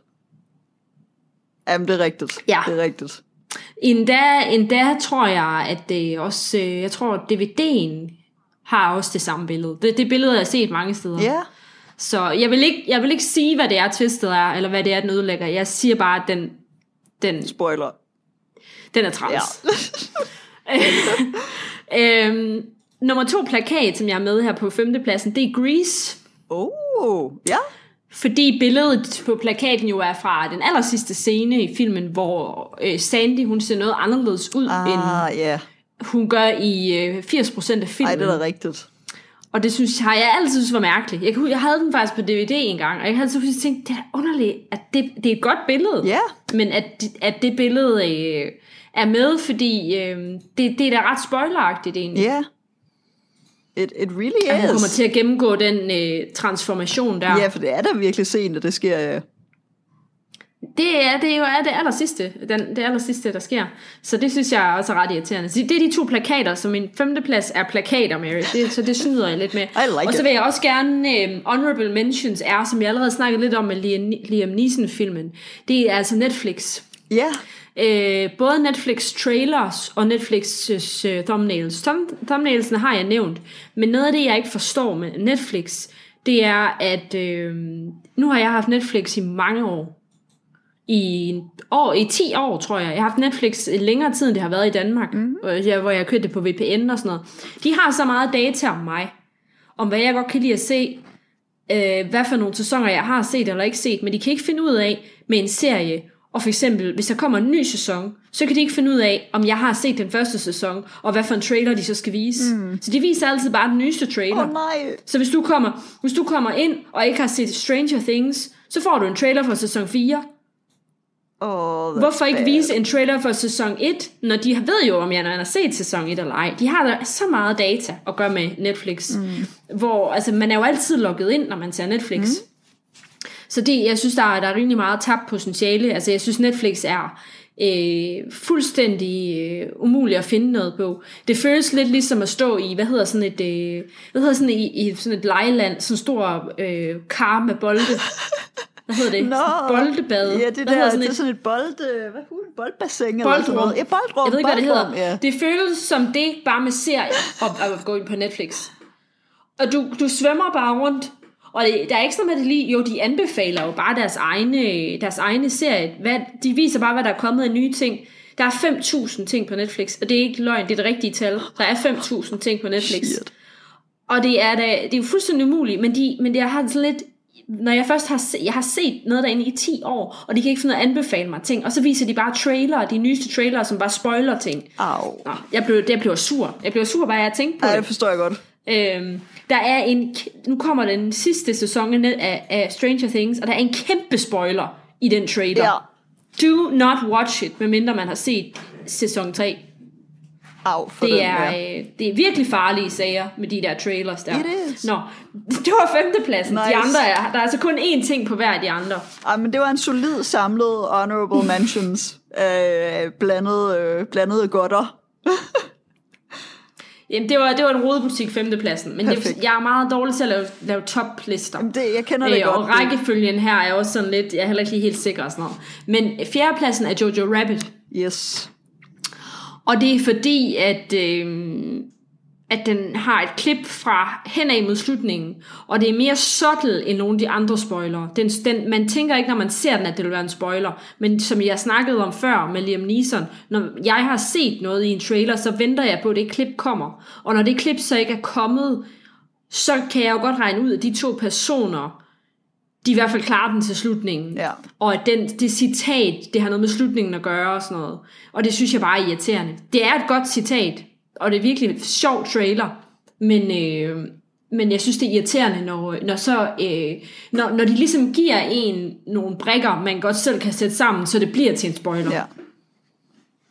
Jamen, det er rigtigt. Ja. Det er rigtigt. Endda, endda tror jeg, at det også, jeg tror, D V D'en har også det samme billede. Det, det billede har jeg set mange steder. Ja. Så jeg vil, ikke, jeg vil ikke sige, hvad det er, twistet er, eller hvad det er, den ødelægger. Jeg siger bare, at den... den Spoiler. Den er træls. Ja. øhm, nummer to plakat, som jeg er med her på femtepladsen, det er Grease. Oh, ja. Fordi billedet på plakaten jo er fra den aller sidste scene i filmen, hvor øh, Sandy, hun ser noget anderledes ud, ah, end yeah. hun gør i øh, firs procent af filmen. Ej, det er da rigtigt. Og det synes jeg, jeg altid synes var mærkeligt. Jeg, kunne, jeg havde den faktisk på D V D en gang, og jeg havde altid tænkt, det er underligt, at det, det er et godt billede. Ja. Men at, at det billede øh, er med, fordi øh, det, det er da ret spoileragtigt egentlig. Ja. Yeah. It, it really at is. Hun kommer til at gennemgå den øh, transformation der. Ja, for det er da virkelig sent, at det sker. Ja. Det er, det er jo er det aller sidste, den, det aller sidste, der sker. Så det synes jeg også er ret irriterende. Så det er de to plakater, så min femteplads er plakater, Mary. Det, så det snyder jeg lidt med. Like og så it. vil jeg også gerne, um, honorable mentions er, som jeg allerede snakkede lidt om med Liam, Liam Neeson-filmen. Det er altså Netflix. Ja. Øh, både Netflix trailers og Netflix uh, thumbnails. Thumb, thumbnailsene har jeg nævnt. Men noget af det, jeg ikke forstår med Netflix, det er, at øh, nu har jeg haft Netflix i mange år. I, år, i ti år, tror jeg. Jeg har haft Netflix længere tid, end det har været i Danmark, mm. hvor jeg hvor jeg kørte det på V P N og sådan noget. De har så meget data om mig, om hvad jeg godt kan lide at se, øh, hvad for nogle sæsoner jeg har set eller ikke set, men de kan ikke finde ud af med en serie, og for eksempel, hvis der kommer en ny sæson, så kan de ikke finde ud af, om jeg har set den første sæson, og hvad for en trailer de så skal vise. Mm. Så de viser altid bare den nyeste trailer. Oh, nej. Så hvis du, kommer, hvis du kommer ind, og ikke har set Stranger Things, så får du en trailer for sæson fire. Oh, hvorfor ikke bad. vise en trailer for sæson et, når de ved jo, om jeg har set sæson et eller ej. De har da så meget data at gøre med Netflix, mm. hvor altså, man er jo altid logget ind, når man ser Netflix. Mm. Så det, jeg synes, der er, der er rimelig meget tabt potentiale. Altså, jeg synes, Netflix er øh, fuldstændig øh, umuligt at finde noget på. Det føles lidt ligesom at stå i, hvad hedder sådan et, øh, hvad hedder sådan i, i sådan et lejeland, sådan en stor øh, kar med bolde. Hvad hedder det? Nå, boldebad. Ja, det, der, sådan det et? er sådan et bold, hvad, boldbassin. Boldrum. Ja, boldrum. Jeg ved ikke, hvad det hedder. Ja. Det føles som det, bare med serier, og at gå ind på Netflix. Og du, du svømmer bare rundt. Og det, der er ikke sådan med det lige. Jo, de anbefaler jo bare deres egne, deres egne serie. Hvad, de viser bare, hvad der er kommet af nye ting. Der er fem tusind ting på Netflix, og det er ikke løgn, det er det rigtige tal. Der er fem tusind ting på Netflix. Shit. Og det er, da, det er jo fuldstændig umuligt, men, de, men det har sådan lidt... Når jeg først har, se, jeg har set noget derinde i ti år, og de kan ikke finde noget at anbefale mig ting, og så viser de bare trailere, de nyeste trailere, som bare spoiler ting. Au. Nå, jeg blev, jeg blev sur. Jeg blev sur, bare jeg tænkte på Ej, det. det forstår jeg godt. Øhm, der er en, nu kommer den sidste sæson af, af Stranger Things, og der er en kæmpe spoiler i den trailer. Ja. Do not watch it, medmindre man har set sæson tre. Au, for det, den, er, ja. øh, det er virkelig farlige sager med de der trailers der. It is. Nå, det var femtepladsen. Nice. De andre er, der er altså kun én ting på hver af de andre. Ej, men det var en solid samlet honorable mentions. øh, blandet, øh, blandede godter. Jamen, det var, det var en rodebutik femtepladsen. Men det, jeg er meget dårlig til at lave, lave toplister. Jamen det, jeg kender det øh, godt. Og rækkefølgen her er også sådan lidt, jeg er heller ikke lige helt sikker og sådan noget. Men fjerdepladsen er Jojo Rabbit. Yes. Og det er fordi, at, øh, at den har et klip fra henad mod slutningen, og det er mere subtle end nogle af de andre spoilere. Den, den, man tænker ikke, når man ser den, at det vil være en spoiler, men som jeg snakkede om før med Liam Neeson, når jeg har set noget i en trailer, så venter jeg på, at det klip kommer. Og når det klip så ikke er kommet, så kan jeg jo godt regne ud, at de to personer, de i hvert fald klarer den til slutningen. Ja. Og at den, det citat, det har noget med slutningen at gøre og sådan noget. Og det synes jeg bare er irriterende. Det er et godt citat, og det er virkelig et sjovt trailer. Men, øh, men jeg synes, det er irriterende, når, når, så, øh, når, når de ligesom giver en nogle brikker, man godt selv kan sætte sammen, så det bliver til en spoiler. Ja.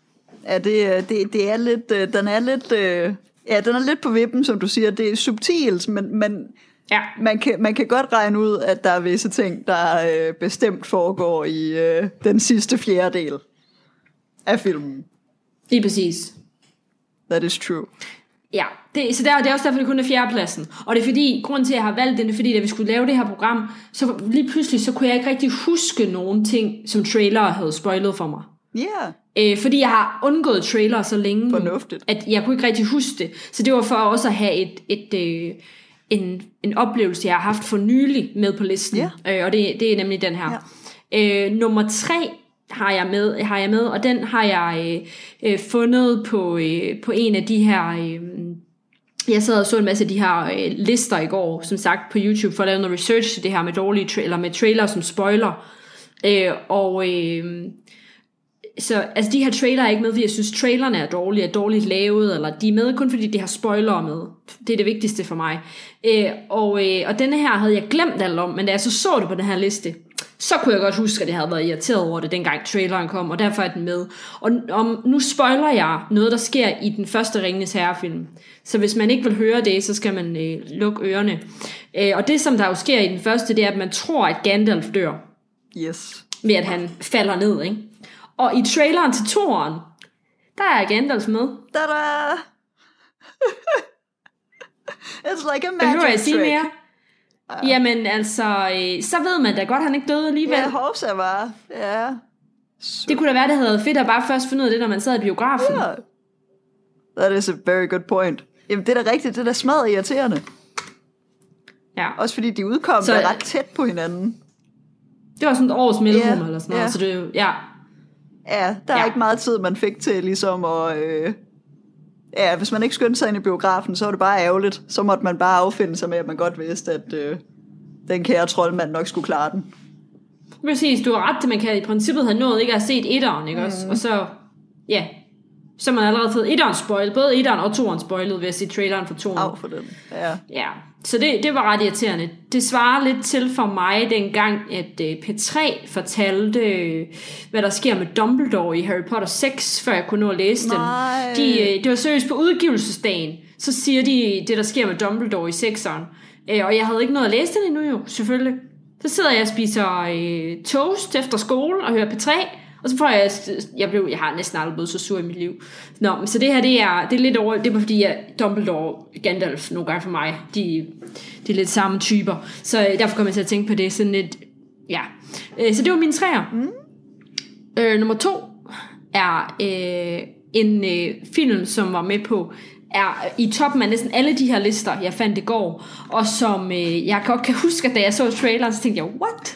Ja, det, det, det er lidt, den er lidt, ja, den er lidt på vippen, som du siger. Det er subtilt, men, men ja. man, kan, man kan godt regne ud, at der er visse ting, der bestemt foregår i den sidste fjerdedel af filmen. Lige præcis. That is true. Ja, det, så der, det er også derfor, det kun er fjerdepladsen. Og det er fordi, grunden til, at jeg har valgt den, er fordi, da vi skulle lave det her program, så lige pludselig, så kunne jeg ikke rigtig huske nogen ting, som trailere havde spoilet for mig. Ja. Yeah. Øh, fordi jeg har undgået trailere så længe, Fornuftigt. At jeg kunne ikke rigtig huske det. Så det var for også at have et, et, øh, en, en oplevelse, jeg har haft for nylig med på listen. Yeah. Øh, og det, det er nemlig den her. Yeah. Øh, nummer tre har jeg med, har jeg med, og den har jeg øh, øh, fundet på, øh, på en af de her... Øh, jeg sad og så en masse af de her øh, lister i går, som sagt på YouTube, for at lave noget research til det her med dårlige trailer, med trailer som spoiler. Øh, og øh, så altså de her trailer er ikke med, fordi jeg synes trailerne er dårlige, er dårligt lavet, eller de er med kun fordi de har spoilere med. Det er det vigtigste for mig. Øh, og, øh, og denne her havde jeg glemt alt om, men da jeg så så det på den her liste, så kunne jeg godt huske, at jeg havde været irriteret over det, dengang traileren kom, og derfor er den med. Og om, nu spoiler jeg noget, der sker i den første Ringenes Herre-film. Så hvis man ikke vil høre det, så skal man øh, lukke ørerne. Øh, og det, som der jo sker i den første, det er, at man tror, at Gandalf dør. Yes. Ved at han falder ned, ikke? Og i traileren til toeren, der er Gandalf med. Da-da! It's like a magic Behøver jeg sige trick. mere? Uh. Jamen altså, øh, så ved man da godt, at han ikke døde alligevel. Ja, håber jeg bare. Ja. Så. Det kunne da være, det havde været fedt at bare først finde ud af det, når man sad i biografen. Yeah. That is a very good point. Jamen det er da rigtigt, det er da smadret irriterende. Ja. Også fordi de udkom så, ret tæt på hinanden. Det var sådan et års mellemrum yeah, eller sådan noget, yeah. så det ja. Ja, der er ja. ikke meget tid, man fik til ligesom at... Øh, ja, hvis man ikke skyndte sig ind i biografen, så var det bare ærgerligt. Så måtte man bare affinde sig med, at man godt vidste, at øh, den kære troldmand nok skulle klare den. Præcis, du har ret til, man kan i princippet have nået ikke at have set etteren, ikke mm. også? Og så, ja, så har man allerede fået etteren spoilet, både etteren og toeren spoilet ved at se traileren for toeren. Af for den, ja. Ja, så det, det var ret irriterende. Det svarer lidt til for mig dengang, at uh, P tre fortalte, uh, hvad der sker med Dumbledore i Harry Potter seks, før jeg kunne nå at læse den. De, uh, det var seriøst på udgivelsesdagen, så siger de det, der sker med Dumbledore i sekseren. Uh, og jeg havde ikke nået at læse den endnu jo, selvfølgelig. Så sidder jeg og spiser uh, toast efter skole og hører P tre, og så får jeg, jeg blev, jeg har næsten aldrig blevet så sur i mit liv. Nå, så det her, det er, det er lidt over, det er bare fordi, at Dumbledore og Gandalf nogle gange for mig, de, de er lidt samme typer. Så derfor kommer jeg til at tænke på det sådan lidt, ja. Så det var mine træer. Mm. Øh, nummer to er øh, en øh, film, som var med på, er i toppen af næsten alle de her lister, jeg fandt i går, og som øh, jeg godt kan huske, at da jeg så traileren, så tænkte jeg, what?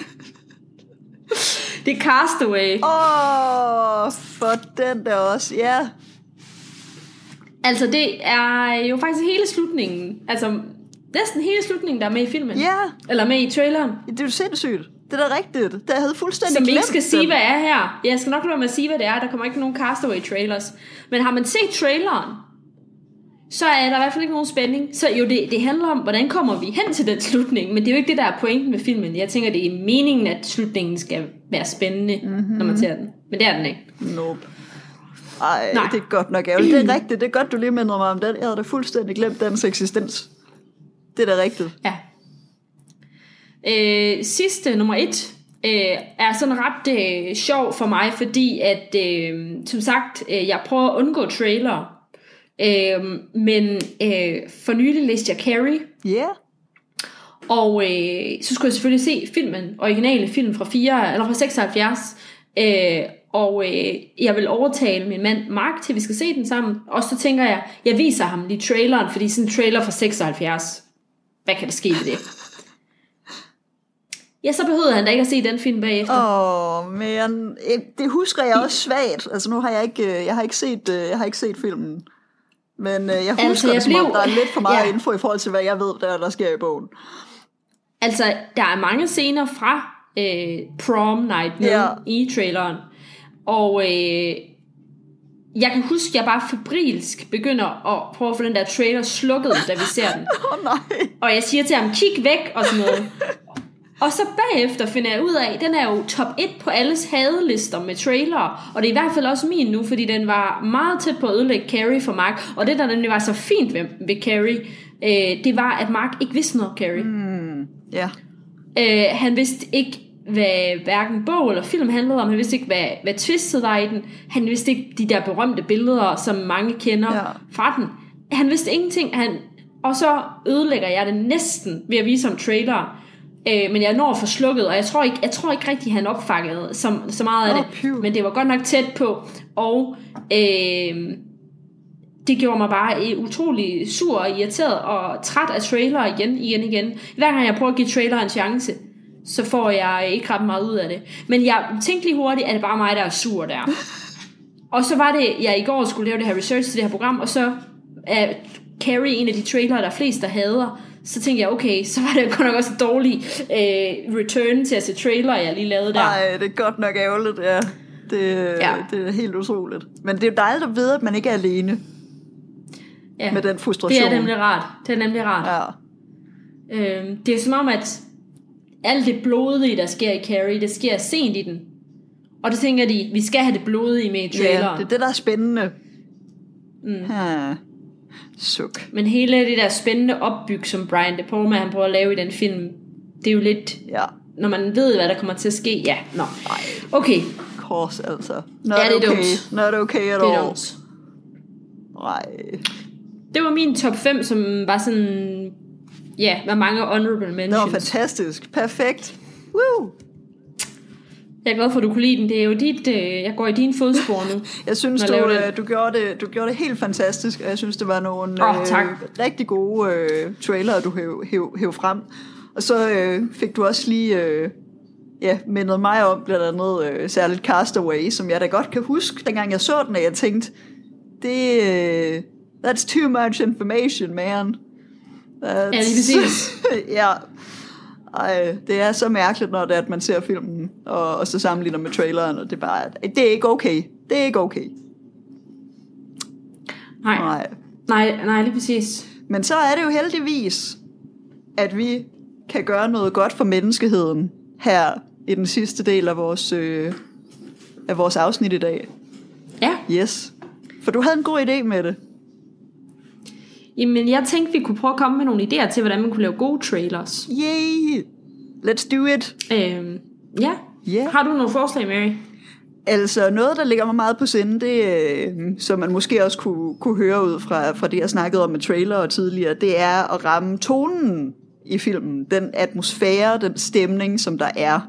Det er Castaway. Åh, oh, for den der også, ja. Yeah. Altså, det er jo faktisk hele slutningen. Altså, næsten hele slutningen, der er med i filmen. Ja. Yeah. Eller med i traileren. Det er jo sindssygt. Det er da rigtigt. Det havde fuldstændig Som glemt. vi ikke skal den. sige, hvad er her. Jeg skal nok lade med at sige, hvad det er. Der kommer ikke nogen Castaway-trailers. Men har man set traileren, så er der i hvert fald ikke nogen spænding. Så jo, det, det handler om, hvordan kommer vi hen til den slutning. Men det er jo ikke det, der er pointen med filmen. Jeg tænker, det er meningen, at slutningen skal være spændende, mm-hmm. når man ser den. Men det er den ikke. Nope. Ej, Nej. Det er godt nok ærgerligt. Det er rigtigt. Det er godt, du lige minder mig om den. Jeg havde da fuldstændig glemt dens eksistens. Det er da rigtigt. Ja. Øh, sidste, nummer et, øh, er sådan ret øh, sjov for mig, fordi at, øh, som sagt, øh, jeg prøver at undgå trailer. Øh, men øh, for nylig læste jeg Carrie. Ja. Yeah. Og øh, så skulle jeg selvfølgelig se filmen, originale film fra fire eller fra seksoghalvfjerds. Øh, og øh, jeg vil overtale min mand Mark til, at vi skal se den sammen. Og så tænker jeg, jeg viser ham lige traileren, fordi sådan en trailer fra seksoghalvfjerds. Hvad kan der ske ved det? Ja, så behøvede han da ikke at se den film bagefter. Åh, oh, men det husker jeg også svagt. Altså nu har jeg ikke, jeg har ikke set, jeg har ikke set filmen. Men jeg husker altså, jeg det, som blev... om der er lidt for meget ja. info i forhold til, hvad jeg ved, der, der sker i bogen. Altså, der er mange scener fra øh, Prom Night med yeah. i traileren. Og øh, jeg kan huske, at jeg bare febrilsk begynder at prøve at få den der trailer slukket, da vi ser den. Åh oh, nej. Og jeg siger til ham, kig væk og sådan noget. Og så bagefter finder jeg ud af, den er jo top et på alles hadelister med trailere. Og det er i hvert fald også min nu, fordi den var meget tæt på at ødelægge Carrie for Mark. Og det, der nemlig var så fint ved, ved Carrie, øh, det var, at Mark ikke vidste noget om Carrie. Mm, yeah. øh, Han vidste ikke, hvad hverken bog eller film handlede om. Han vidste ikke, hvad, hvad twistet var i den. Han vidste ikke de der berømte billeder, som mange kender ja. fra den. Han vidste ingenting. Han, og så ødelægger jeg det næsten ved at vise om trailer. Øh, men jeg når for slukket, og jeg tror ikke, jeg tror ikke rigtig, han opfattede så, så meget af det. Oh, men det var godt nok tæt på. Og øh, det gjorde mig bare utrolig sur og irriteret og træt af trailer igen, igen, igen. Hver gang jeg prøver at give trailer en chance, så får jeg ikke ret meget ud af det. Men jeg tænkte lige hurtigt, at det bare mig, der er sur der. Og så var det, jeg i går skulle lave det her research til det her program, og så er Carrie en af de trailere, der flest der hader. Så tænkte jeg, okay, så var det godt nok også en dårlig øh, return til at se trailer, jeg lige lavede der. Nej, det er godt nok ærgerligt, ja. Det, ja. Det er helt utroligt. Men det er jo dejligt at vide, at man ikke er alene ja. med den frustration. Det er nemlig rart. Det er nemlig rart. Ja. Øhm, det er som om, at alt det blodige, der sker i Carrie, det sker sent i den. Og det tænker de, vi skal have det blodige med i traileren. Ja, det er det, der er spændende. Mm. Ja. Suk. Men hele det der spændende opbyg, som Brian De Palma han prøver at lave i den film, det er jo lidt, ja. når man ved, hvad der kommer til at ske. Ja, nå. Okay. Kors, altså. Not ja, det er okay. dumt. Not okay at det er all. dumt. Nej. Det var min top fem, som var sådan, ja, var mange honorable mentions. Det var fantastisk. Perfekt. Woo! Jeg er glad for, at du kunne lide den. Det er jo dit, øh, jeg går i dine fodspor nu. Jeg synes, du, øh, du, gjorde det, du gjorde det helt fantastisk, og jeg synes, det var nogle oh, øh, rigtig gode øh, trailere, du hæv, hæv, hæv frem. Og så øh, fik du også lige øh, ja, mindet mig om, blandt andet øh, særligt Castaway, som jeg da godt kan huske, dengang jeg så den, og jeg tænkte, det øh, that's too much information, man. That's, ja, lige præcis. ja. Ej, det er så mærkeligt, når det er, at man ser filmen, og, og så sammenligner med traileren, og det er bare, det er ikke okay. Det er ikke okay. Nej. Nej. Nej, nej, lige præcis. Men så er det jo heldigvis, at vi kan gøre noget godt for menneskeheden her i den sidste del af vores, øh, af vores afsnit i dag. Ja. Yes. For du havde en god idé med det. Jamen, jeg tænkte, vi kunne prøve at komme med nogle idéer til, hvordan man kunne lave gode trailers. Yay! Let's do it! Øhm, ja. Yeah. Har du nogle forslag, Mary? Altså, noget, der ligger mig meget på sinde, det, øh, som man måske også kunne, kunne høre ud fra, fra det, jeg snakkede om med trailer og tidligere, det er at ramme tonen i filmen. Den atmosfære, den stemning, som der er.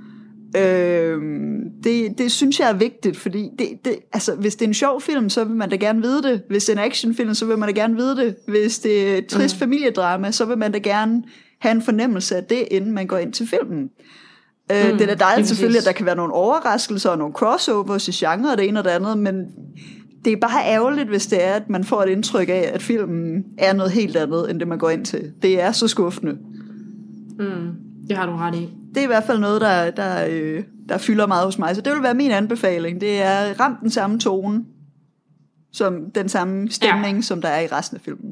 Øh, det, det synes jeg er vigtigt, fordi det, det, altså, hvis det er en sjov film, så vil man da gerne vide det. Hvis det er en actionfilm, så vil man da gerne vide det. Hvis det er et trist mm. familiedrama, så vil man da gerne have en fornemmelse af det, inden man går ind til filmen. Mm, øh, det er da dejligt selvfølgelig, at der kan være nogle overraskelser og nogle crossovers i genre og det ene og det andet, men det er bare ærgerligt, hvis det er, at man får et indtryk af, at filmen er noget helt andet, end det man går ind til. Det er så skuffende. Mm, det har du ret i. Det er i hvert fald noget, der, der, øh, der fylder meget hos mig. Så det vil være min anbefaling. Det er ramt den samme tone, som den samme stemning, ja. som der er i resten af filmen.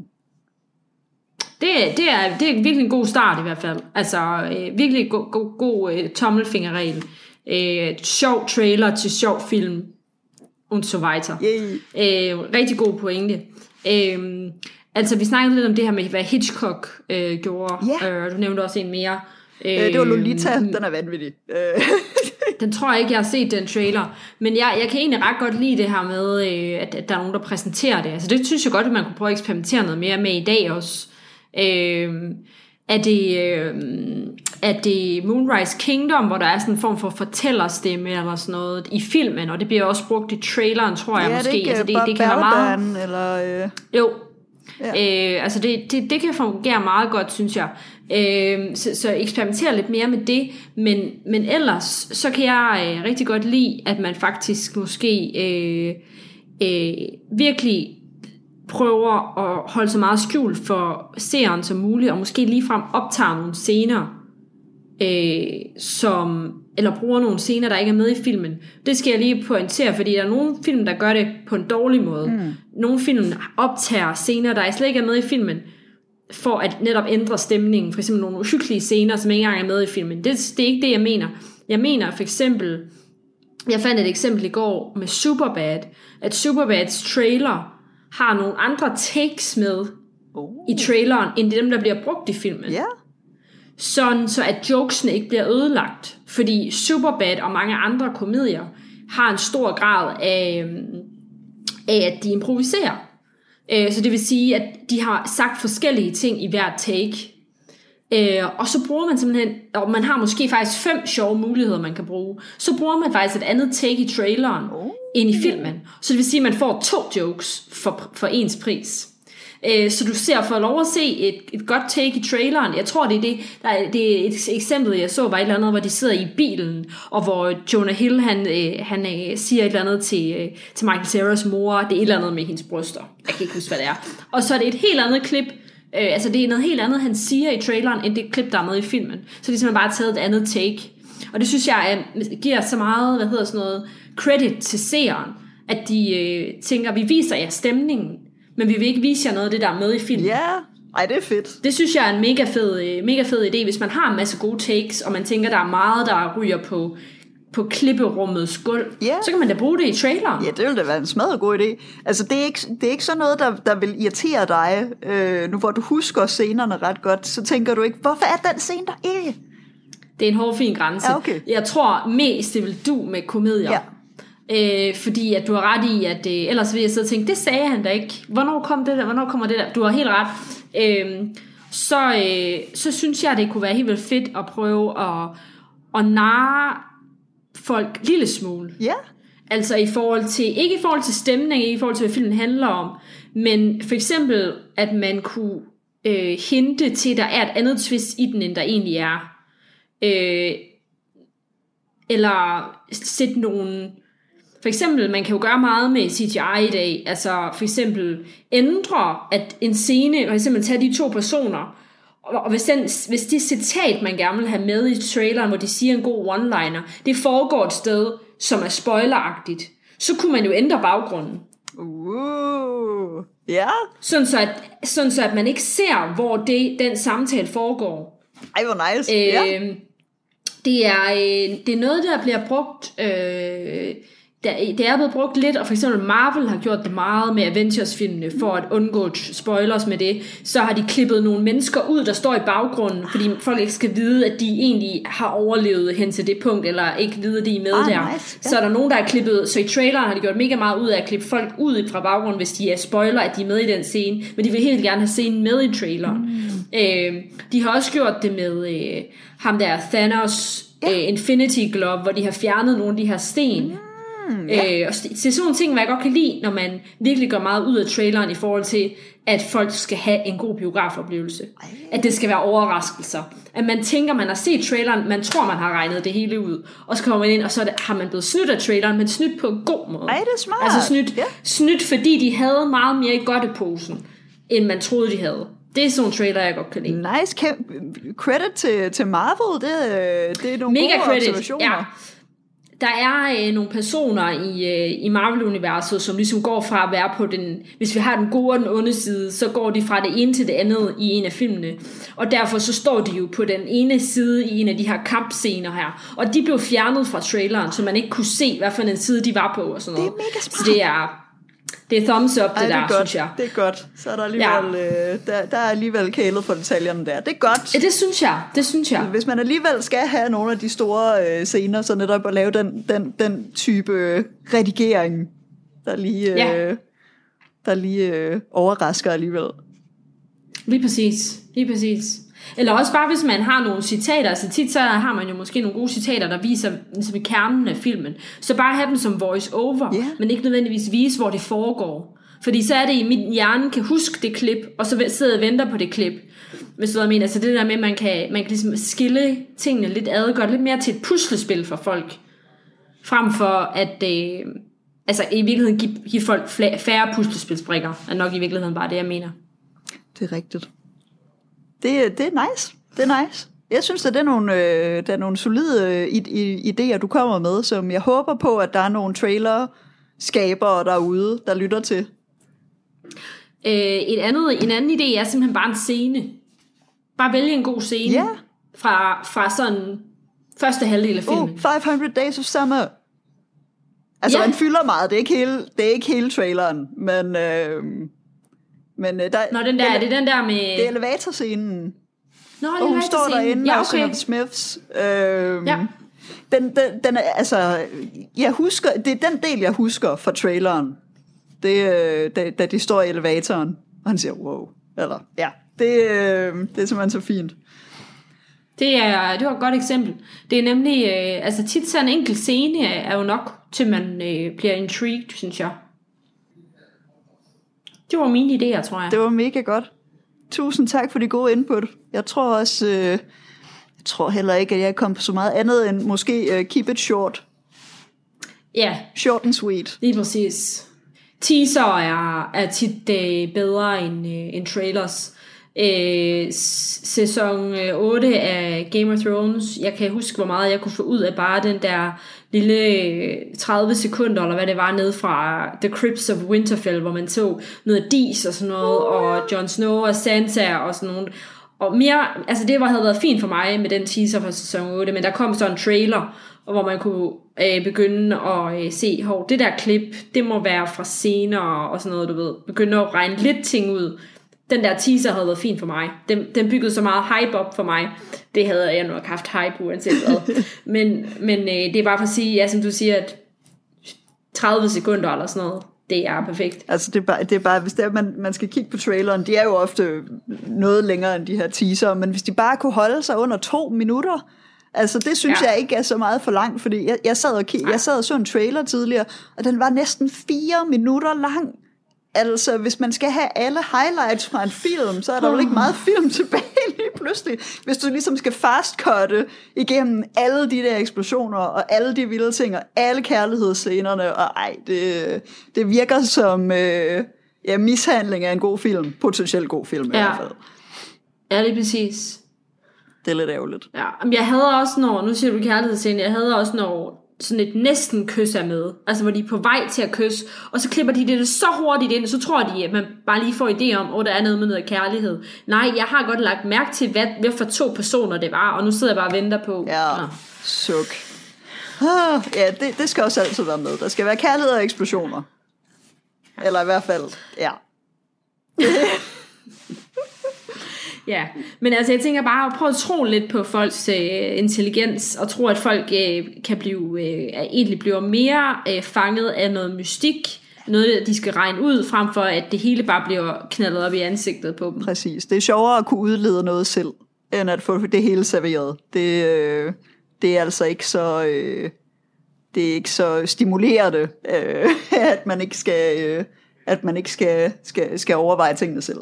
Det, det, er, det er virkelig en god start i hvert fald. Altså øh, virkelig god, god, god øh, tommelfingerregel. Øh, sjov trailer til sjov film. Und so weiter. Øh, rigtig god pointe. Øh, altså vi snakkede lidt om det her med, hvad Hitchcock øh, gjorde. Yeah. Øh, du nævnte også en mere. Øh, det var Lolita, den er vanvittig. Den tror jeg ikke, jeg har set den trailer. Men jeg, jeg kan egentlig ret godt lide det her med, øh, at, at der er nogen, der præsenterer det. Altså det synes jeg godt, at man kunne prøve at eksperimentere noget mere med i dag også. Øh, er, det, øh, er det Moonrise Kingdom, hvor der er sådan en form for fortællerstemme eller sådan noget i filmen, og det bliver også brugt i traileren, tror jeg ja, måske. Det, ikke, altså, det, det kan være meget... eller, øh... Jo. Ja. Øh, altså det, det, det kan fungere meget godt, synes jeg. Øh, så, så eksperimentere lidt mere med det, men, men ellers så kan jeg øh, rigtig godt lide, at man faktisk måske øh, øh, virkelig prøver at holde så meget skjult for seeren som muligt, og måske ligefrem optager nogle scener, øh, som, eller bruger nogle scener, der ikke er med i filmen. Det skal jeg lige pointere, fordi der er nogle film, der gør det på en dårlig måde. Mm. Nogle film optager scener, der slet ikke er med i filmen, for at netop ændre stemningen. For eksempel nogle uhyggelige scener, som ikke engang er med i filmen. Det, det er ikke det, jeg mener. Jeg mener for eksempel, jeg fandt et eksempel i går med Superbad, at Superbads trailer har nogle andre takes med oh. i traileren, end dem, der bliver brugt i filmen. Ja. Yeah. Sådan så at jokesene ikke bliver ødelagt. Fordi Superbad og mange andre komedier har en stor grad af, af at de improviserer. Så det vil sige, at de har sagt forskellige ting i hvert take. Og så bruger man simpelthen, og man har måske faktisk fem sjove muligheder, man kan bruge. Så bruger man faktisk et andet take i traileren oh. end i filmen. Så det vil sige, at man får to jokes for, for ens pris. Så du ser for lov at se et, et godt take i traileren. Jeg tror det er det, der er, det er et eksempel jeg så var et eller andet, hvor de sidder i bilen, og hvor Jonah Hill han, han siger et eller andet til, til Michael Cera's mor. Det er et eller andet med hendes bryster. Jeg kan ikke huske hvad det er. Og så er det et helt andet klip. Altså det er noget helt andet han siger i traileren end det klip der er med i filmen. Så det er simpelthen bare taget et andet take. Og det synes jeg giver så meget, hvad hedder sådan noget, credit til seeren, at de øh, tænker vi viser jer stemningen, men vi vil ikke vise jer noget af det, der er med i filmen. Ja, yeah. Ej, det er fedt. Det synes jeg er en mega fed, mega fed idé, hvis man har en masse gode takes, og man tænker, der er meget, der ryger på, på klipperummets gulv. Yeah. Så kan man da bruge det i traileren. Ja, det ville da være en smadret god idé. Altså, det er ikke, det er ikke sådan noget, der, der vil irritere dig, øh, nu hvor du husker scenerne ret godt, så tænker du ikke, hvorfor er den scene der ikke? Det er en hård, fin grænse. Ja, okay. Jeg tror mest, det vil du med komedier. Ja. Øh, fordi at du har ret i at øh, ellers vil jeg sidde og tænke, det sagde han da ikke. Hvornår kom det der? Hvornår kommer det der? Du har helt ret. øh, så, øh, så synes jeg det kunne være helt vildt fedt at prøve at, at narre folk en lille smule. Ja. Yeah. Altså i forhold til, ikke i forhold til stemning, ikke i forhold til hvad filmen handler om, men for eksempel at man kunne øh, hinte til at der er et andet twist i den end der egentlig er. øh, Eller sætte nogle. For eksempel, man kan jo gøre meget med C G I i dag. Altså for eksempel ændre at en scene, for eksempel tage de to personer, og hvis, den, hvis det citat, man gerne vil have med i traileren, hvor de siger en god one-liner, det foregår et sted, som er spoileragtigt, så kunne man jo ændre baggrunden. Uh, yeah. Sådan så, at, sådan så at man ikke ser, hvor det, den samtale foregår. Ej, hvor nice. Øh, yeah. det, er, øh, det er noget, der bliver brugt. Øh, Det er blevet brugt lidt, og for eksempel Marvel har gjort det meget med Avengers-filmene, for at undgå spoilers med det. Så har de klippet nogle mennesker ud, der står i baggrunden, fordi folk ikke skal vide, at de egentlig har overlevet hen til det punkt, eller ikke vide, at de er med ah, der. Nice. Så er der nogen, der er klippet, så i traileren har de gjort mega meget ud af at klippe folk ud fra baggrunden, hvis de er spoiler, at de er med i den scene. Men de vil helt gerne have scenen med i traileren. Mm. Øh, de har også gjort det med øh, ham der Thanos yeah. øh, Infinity Glove, hvor de har fjernet nogle af de her sten. Mm. Mm, ja. øh, og det er sådan nogle ting, hvad jeg godt kan lide, når man virkelig gør meget ud af traileren i forhold til, at folk skal have en god biografoplevelse. Ej. At det skal være overraskelser. At man tænker, man har set traileren, man tror, man har regnet det hele ud, og så kommer man ind, og så er det, har man blevet snydt af traileren, men snydt på en god måde. Ej, det er smart. Altså snydt, ja. snydt fordi de havde meget mere i godteposen, end man troede, de havde. Det er sådan en trailer, jeg godt kan lide. Nice. Credit til, til Marvel, det, det er nogle Mega gode credit. observationer. Ja. Der er øh, nogle personer i, øh, i Marvel-universet, som ligesom går fra at være på den, hvis vi har den gode og den onde side, så går de fra det ene til det andet i en af filmene. Og derfor så står de jo på den ene side i en af de her kampscener her. Og de blev fjernet fra traileren, så man ikke kunne se, hvad for en side de var på og sådan noget. Det er mega smart. Så det er, det er thumbs up, det, Ej, det der, er godt. synes jeg. Det er godt. Så er der alligevel, ja. øh, der, der er alligevel kælet for detaljerne der. Det er godt. Ja, det synes jeg. Det synes jeg. Hvis man alligevel skal have nogle af de store øh, scener, så netop at lave den, den, den type øh, redigering, der lige, øh, ja. der lige øh, overrasker alligevel. Lige præcis. Lige præcis. Eller også bare hvis man har nogle citater, altså tit så har man jo måske nogle gode citater, der viser ligesom kernen af filmen, så bare have dem som voice over, yeah. men ikke nødvendigvis vise, hvor det foregår. Fordi så er det i min hjerne kan huske det klip, og så sidder og venter på det klip. Hvis du ved, jeg mener, altså det der med, at man kan, man kan ligesom skille tingene lidt ad, gøre det lidt mere til et puslespil for folk, frem for at øh, altså i virkeligheden give, give folk færre puslespilsbrikker, er nok i virkeligheden bare det, jeg mener. Det er rigtigt. Det, det er nice. Det er nice. Jeg synes, at det er nogle, øh, der er nogle solide idéer, du kommer med, som jeg håber på, at der er nogle trailer-skabere derude, der lytter til. Øh, et andet, en anden idé er simpelthen bare en scene. Bare vælge en god scene yeah. fra, fra sådan første halvdel af filmen. Uh, five hundred Days of Summer. Altså, yeah. man fylder meget. Det er ikke hele, det er ikke hele traileren, men... Øh, men øh, der, Nå, den der, den, er det den der med... Det er elevatorscenen. Nå, og hun står derinde ja, og okay. synger The Smiths. Øh, ja. Den, den, den er, altså... Jeg husker... Det er den del, jeg husker fra traileren. Det, øh, da, da de står i elevatoren, og han siger, wow. Eller, ja. Det, øh, det er simpelthen så fint. Det er, det var et godt eksempel. Det er nemlig, øh, altså tit så en enkelt scene er jo nok, til man øh, bliver intrigued, synes jeg. Det var mine idéer, tror jeg. Det var mega godt. Tusind tak for de gode input. Jeg tror også, øh, jeg tror heller ikke, at jeg kom på så meget andet end måske uh, keep it short. Ja. Yeah. Short and sweet. Lige præcis. Teaser er, er tit øh, bedre end, øh, end trailers. Øh, sæson otte af Game of Thrones, jeg kan huske hvor meget jeg kunne få ud af bare den der lille tredive sekunder eller hvad det var ned fra The Crypts of Winterfell, hvor man så noget dis og sådan noget, og Jon Snow og Sansa og sådan noget, og mere, altså det var, havde været fint for mig med den teaser fra sæson otte, men der kom så en trailer, hvor man kunne øh, begynde at øh, se, hov, det der klip, det må være fra scener og sådan noget, du ved, begynde at regne lidt ting ud. Den der teaser havde været fint for mig. Den, den byggede så meget hype op for mig. Det havde jeg nok haft hype uanset hvad. Men, men øh, det er bare for at sige, ja, som du siger, at tredive sekunder eller sådan noget, det er perfekt. Altså det er bare, det er bare hvis det er, man, man skal kigge på traileren, de er jo ofte noget længere end de her teaser, men hvis de bare kunne holde sig under to minutter, altså det synes ja. jeg ikke er så meget for langt, fordi jeg, jeg, sad og, jeg sad og så en trailer tidligere, og den var næsten fire minutter lang. Altså, hvis man skal have alle highlights fra en film, så er der jo ikke meget film tilbage lige pludselig. Hvis du ligesom skal fastcutte igennem alle de der eksplosioner, og alle de vilde ting, og alle kærlighedsscenerne, og ej, det, det virker som øh, ja, mishandling af en god film. Potentielt god film i ja. hvert fald. Ja, det er præcis. Det er lidt ærgerligt. Ja, men jeg havde også, når, nu siger du kærlighedsscene, jeg havde også, når sådan et næsten kys er med, altså hvor de er på vej til at kysse, og så klipper de det så hurtigt ind, så tror de, at man bare lige får idé om, åh, oh, der er noget med noget kærlighed. Nej, jeg har godt lagt mærke til, hvad, hvad for to personer det var, og nu sidder jeg bare og venter på. Ja, Nå. suk. Ah, ja, det, det skal også altid være med. Der skal være kærlighed og eksplosioner. Eller i hvert fald, ja. Ja, men altså jeg tænker bare at prøve at tro lidt på folks øh, intelligens, og tro at folk øh, kan blive øh, egentlig bliver mere øh, fanget af noget mystik, noget de skal regne ud, frem for at det hele bare bliver knaldet op i ansigtet på dem. Præcis, det er sjovere at kunne udlede noget selv, end at få det hele serveret. Det, øh, det er altså ikke så øh, det er ikke så stimulerende, øh, at man ikke skal øh, at man ikke skal, skal, skal overveje tingene selv.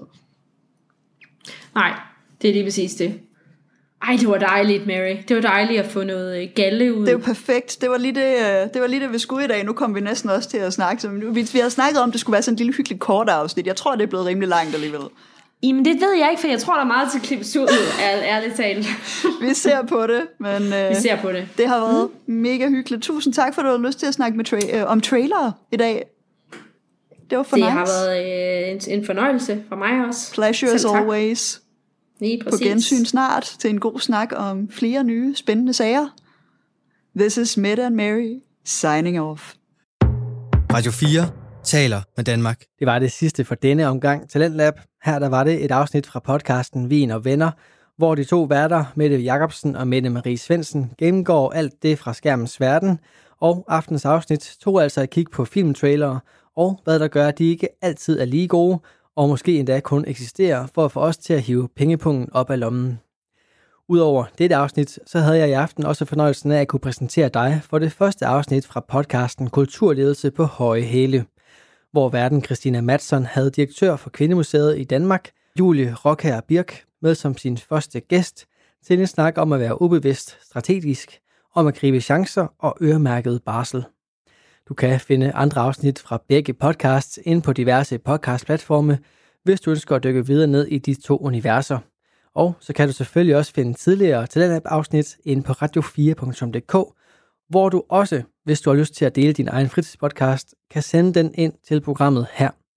Nej, det er lige præcis det. Ej, det var dejligt, Mary. Det var dejligt at få noget galle ud. Det er jo perfekt. Det var lige det, det, var lige det vi skulle i dag. Nu kom vi næsten også til at snakke. Vi, vi havde snakket om, at det skulle være sådan en lille hyggelig kort afsnit. Jeg tror, det er blevet rimelig langt alligevel. Jamen, det ved jeg ikke, for jeg tror, der er meget til klippes ud, ærligt talt. Vi ser på det, men øh, vi ser på det. Det har været mm. mega hyggeligt. Tusind tak, for at du havde lyst til at snakke med tra- øh, om trailere i dag. Det var for det nice. har været øh, en, en fornøjelse for mig også. Pleasure as always. Lige præcis. På gensyn snart til en god snak om flere nye spændende sager. This is Mette and Mary signing off. Radio fire taler med Danmark. Det var det sidste for denne omgang Talentlab. Her der var det et afsnit fra podcasten Vin og Venner, hvor de to værter, Mette Jacobsen og Mette Marie Svendsen, gennemgår alt det fra skærmens verden. Og aftens afsnit tog altså et kig på filmtrailere, og hvad der gør, at de ikke altid er lige gode, og måske endda kun eksisterer for at få os til at hive pengepungen op af lommen. Udover dette afsnit, så havde jeg i aften også fornøjelsen af at kunne præsentere dig for det første afsnit fra podcasten Kulturledelse på høje hæle, hvor værten Christina Madsson havde direktør for Kvindemuseet i Danmark, Julie Rockher Birk, med som sin første gæst til en snak om at være ubevidst strategisk, om at gribe chancer og øremærket barsel. Du kan finde andre afsnit fra begge podcasts inde på diverse podcastplatforme, hvis du ønsker at dykke videre ned i de to universer. Og så kan du selvfølgelig også finde tidligere Talentlab-afsnit inde på radio fire punktum d k, hvor du også, hvis du har lyst til at dele din egen fritidspodcast, kan sende den ind til programmet her.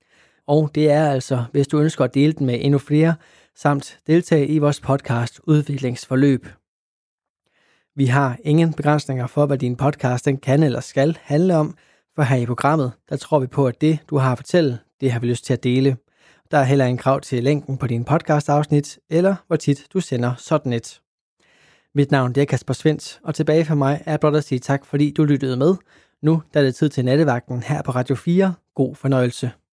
Og det er altså, hvis du ønsker at dele den med endnu flere, samt deltage i vores podcast Udviklingsforløb. Vi har ingen begrænsninger for, hvad din podcast den kan eller skal handle om, for her i programmet, der tror vi på, at det, du har at fortælle, det har vi lyst til at dele. Der er heller ingen krav til længden på din podcast-afsnit, eller hvor tit du sender sådan et. Mit navn det er Kasper Svendt, og tilbage for mig er blot at sige tak, fordi du lyttede med. Nu der er det tid til nattevagten her på Radio fire. God fornøjelse.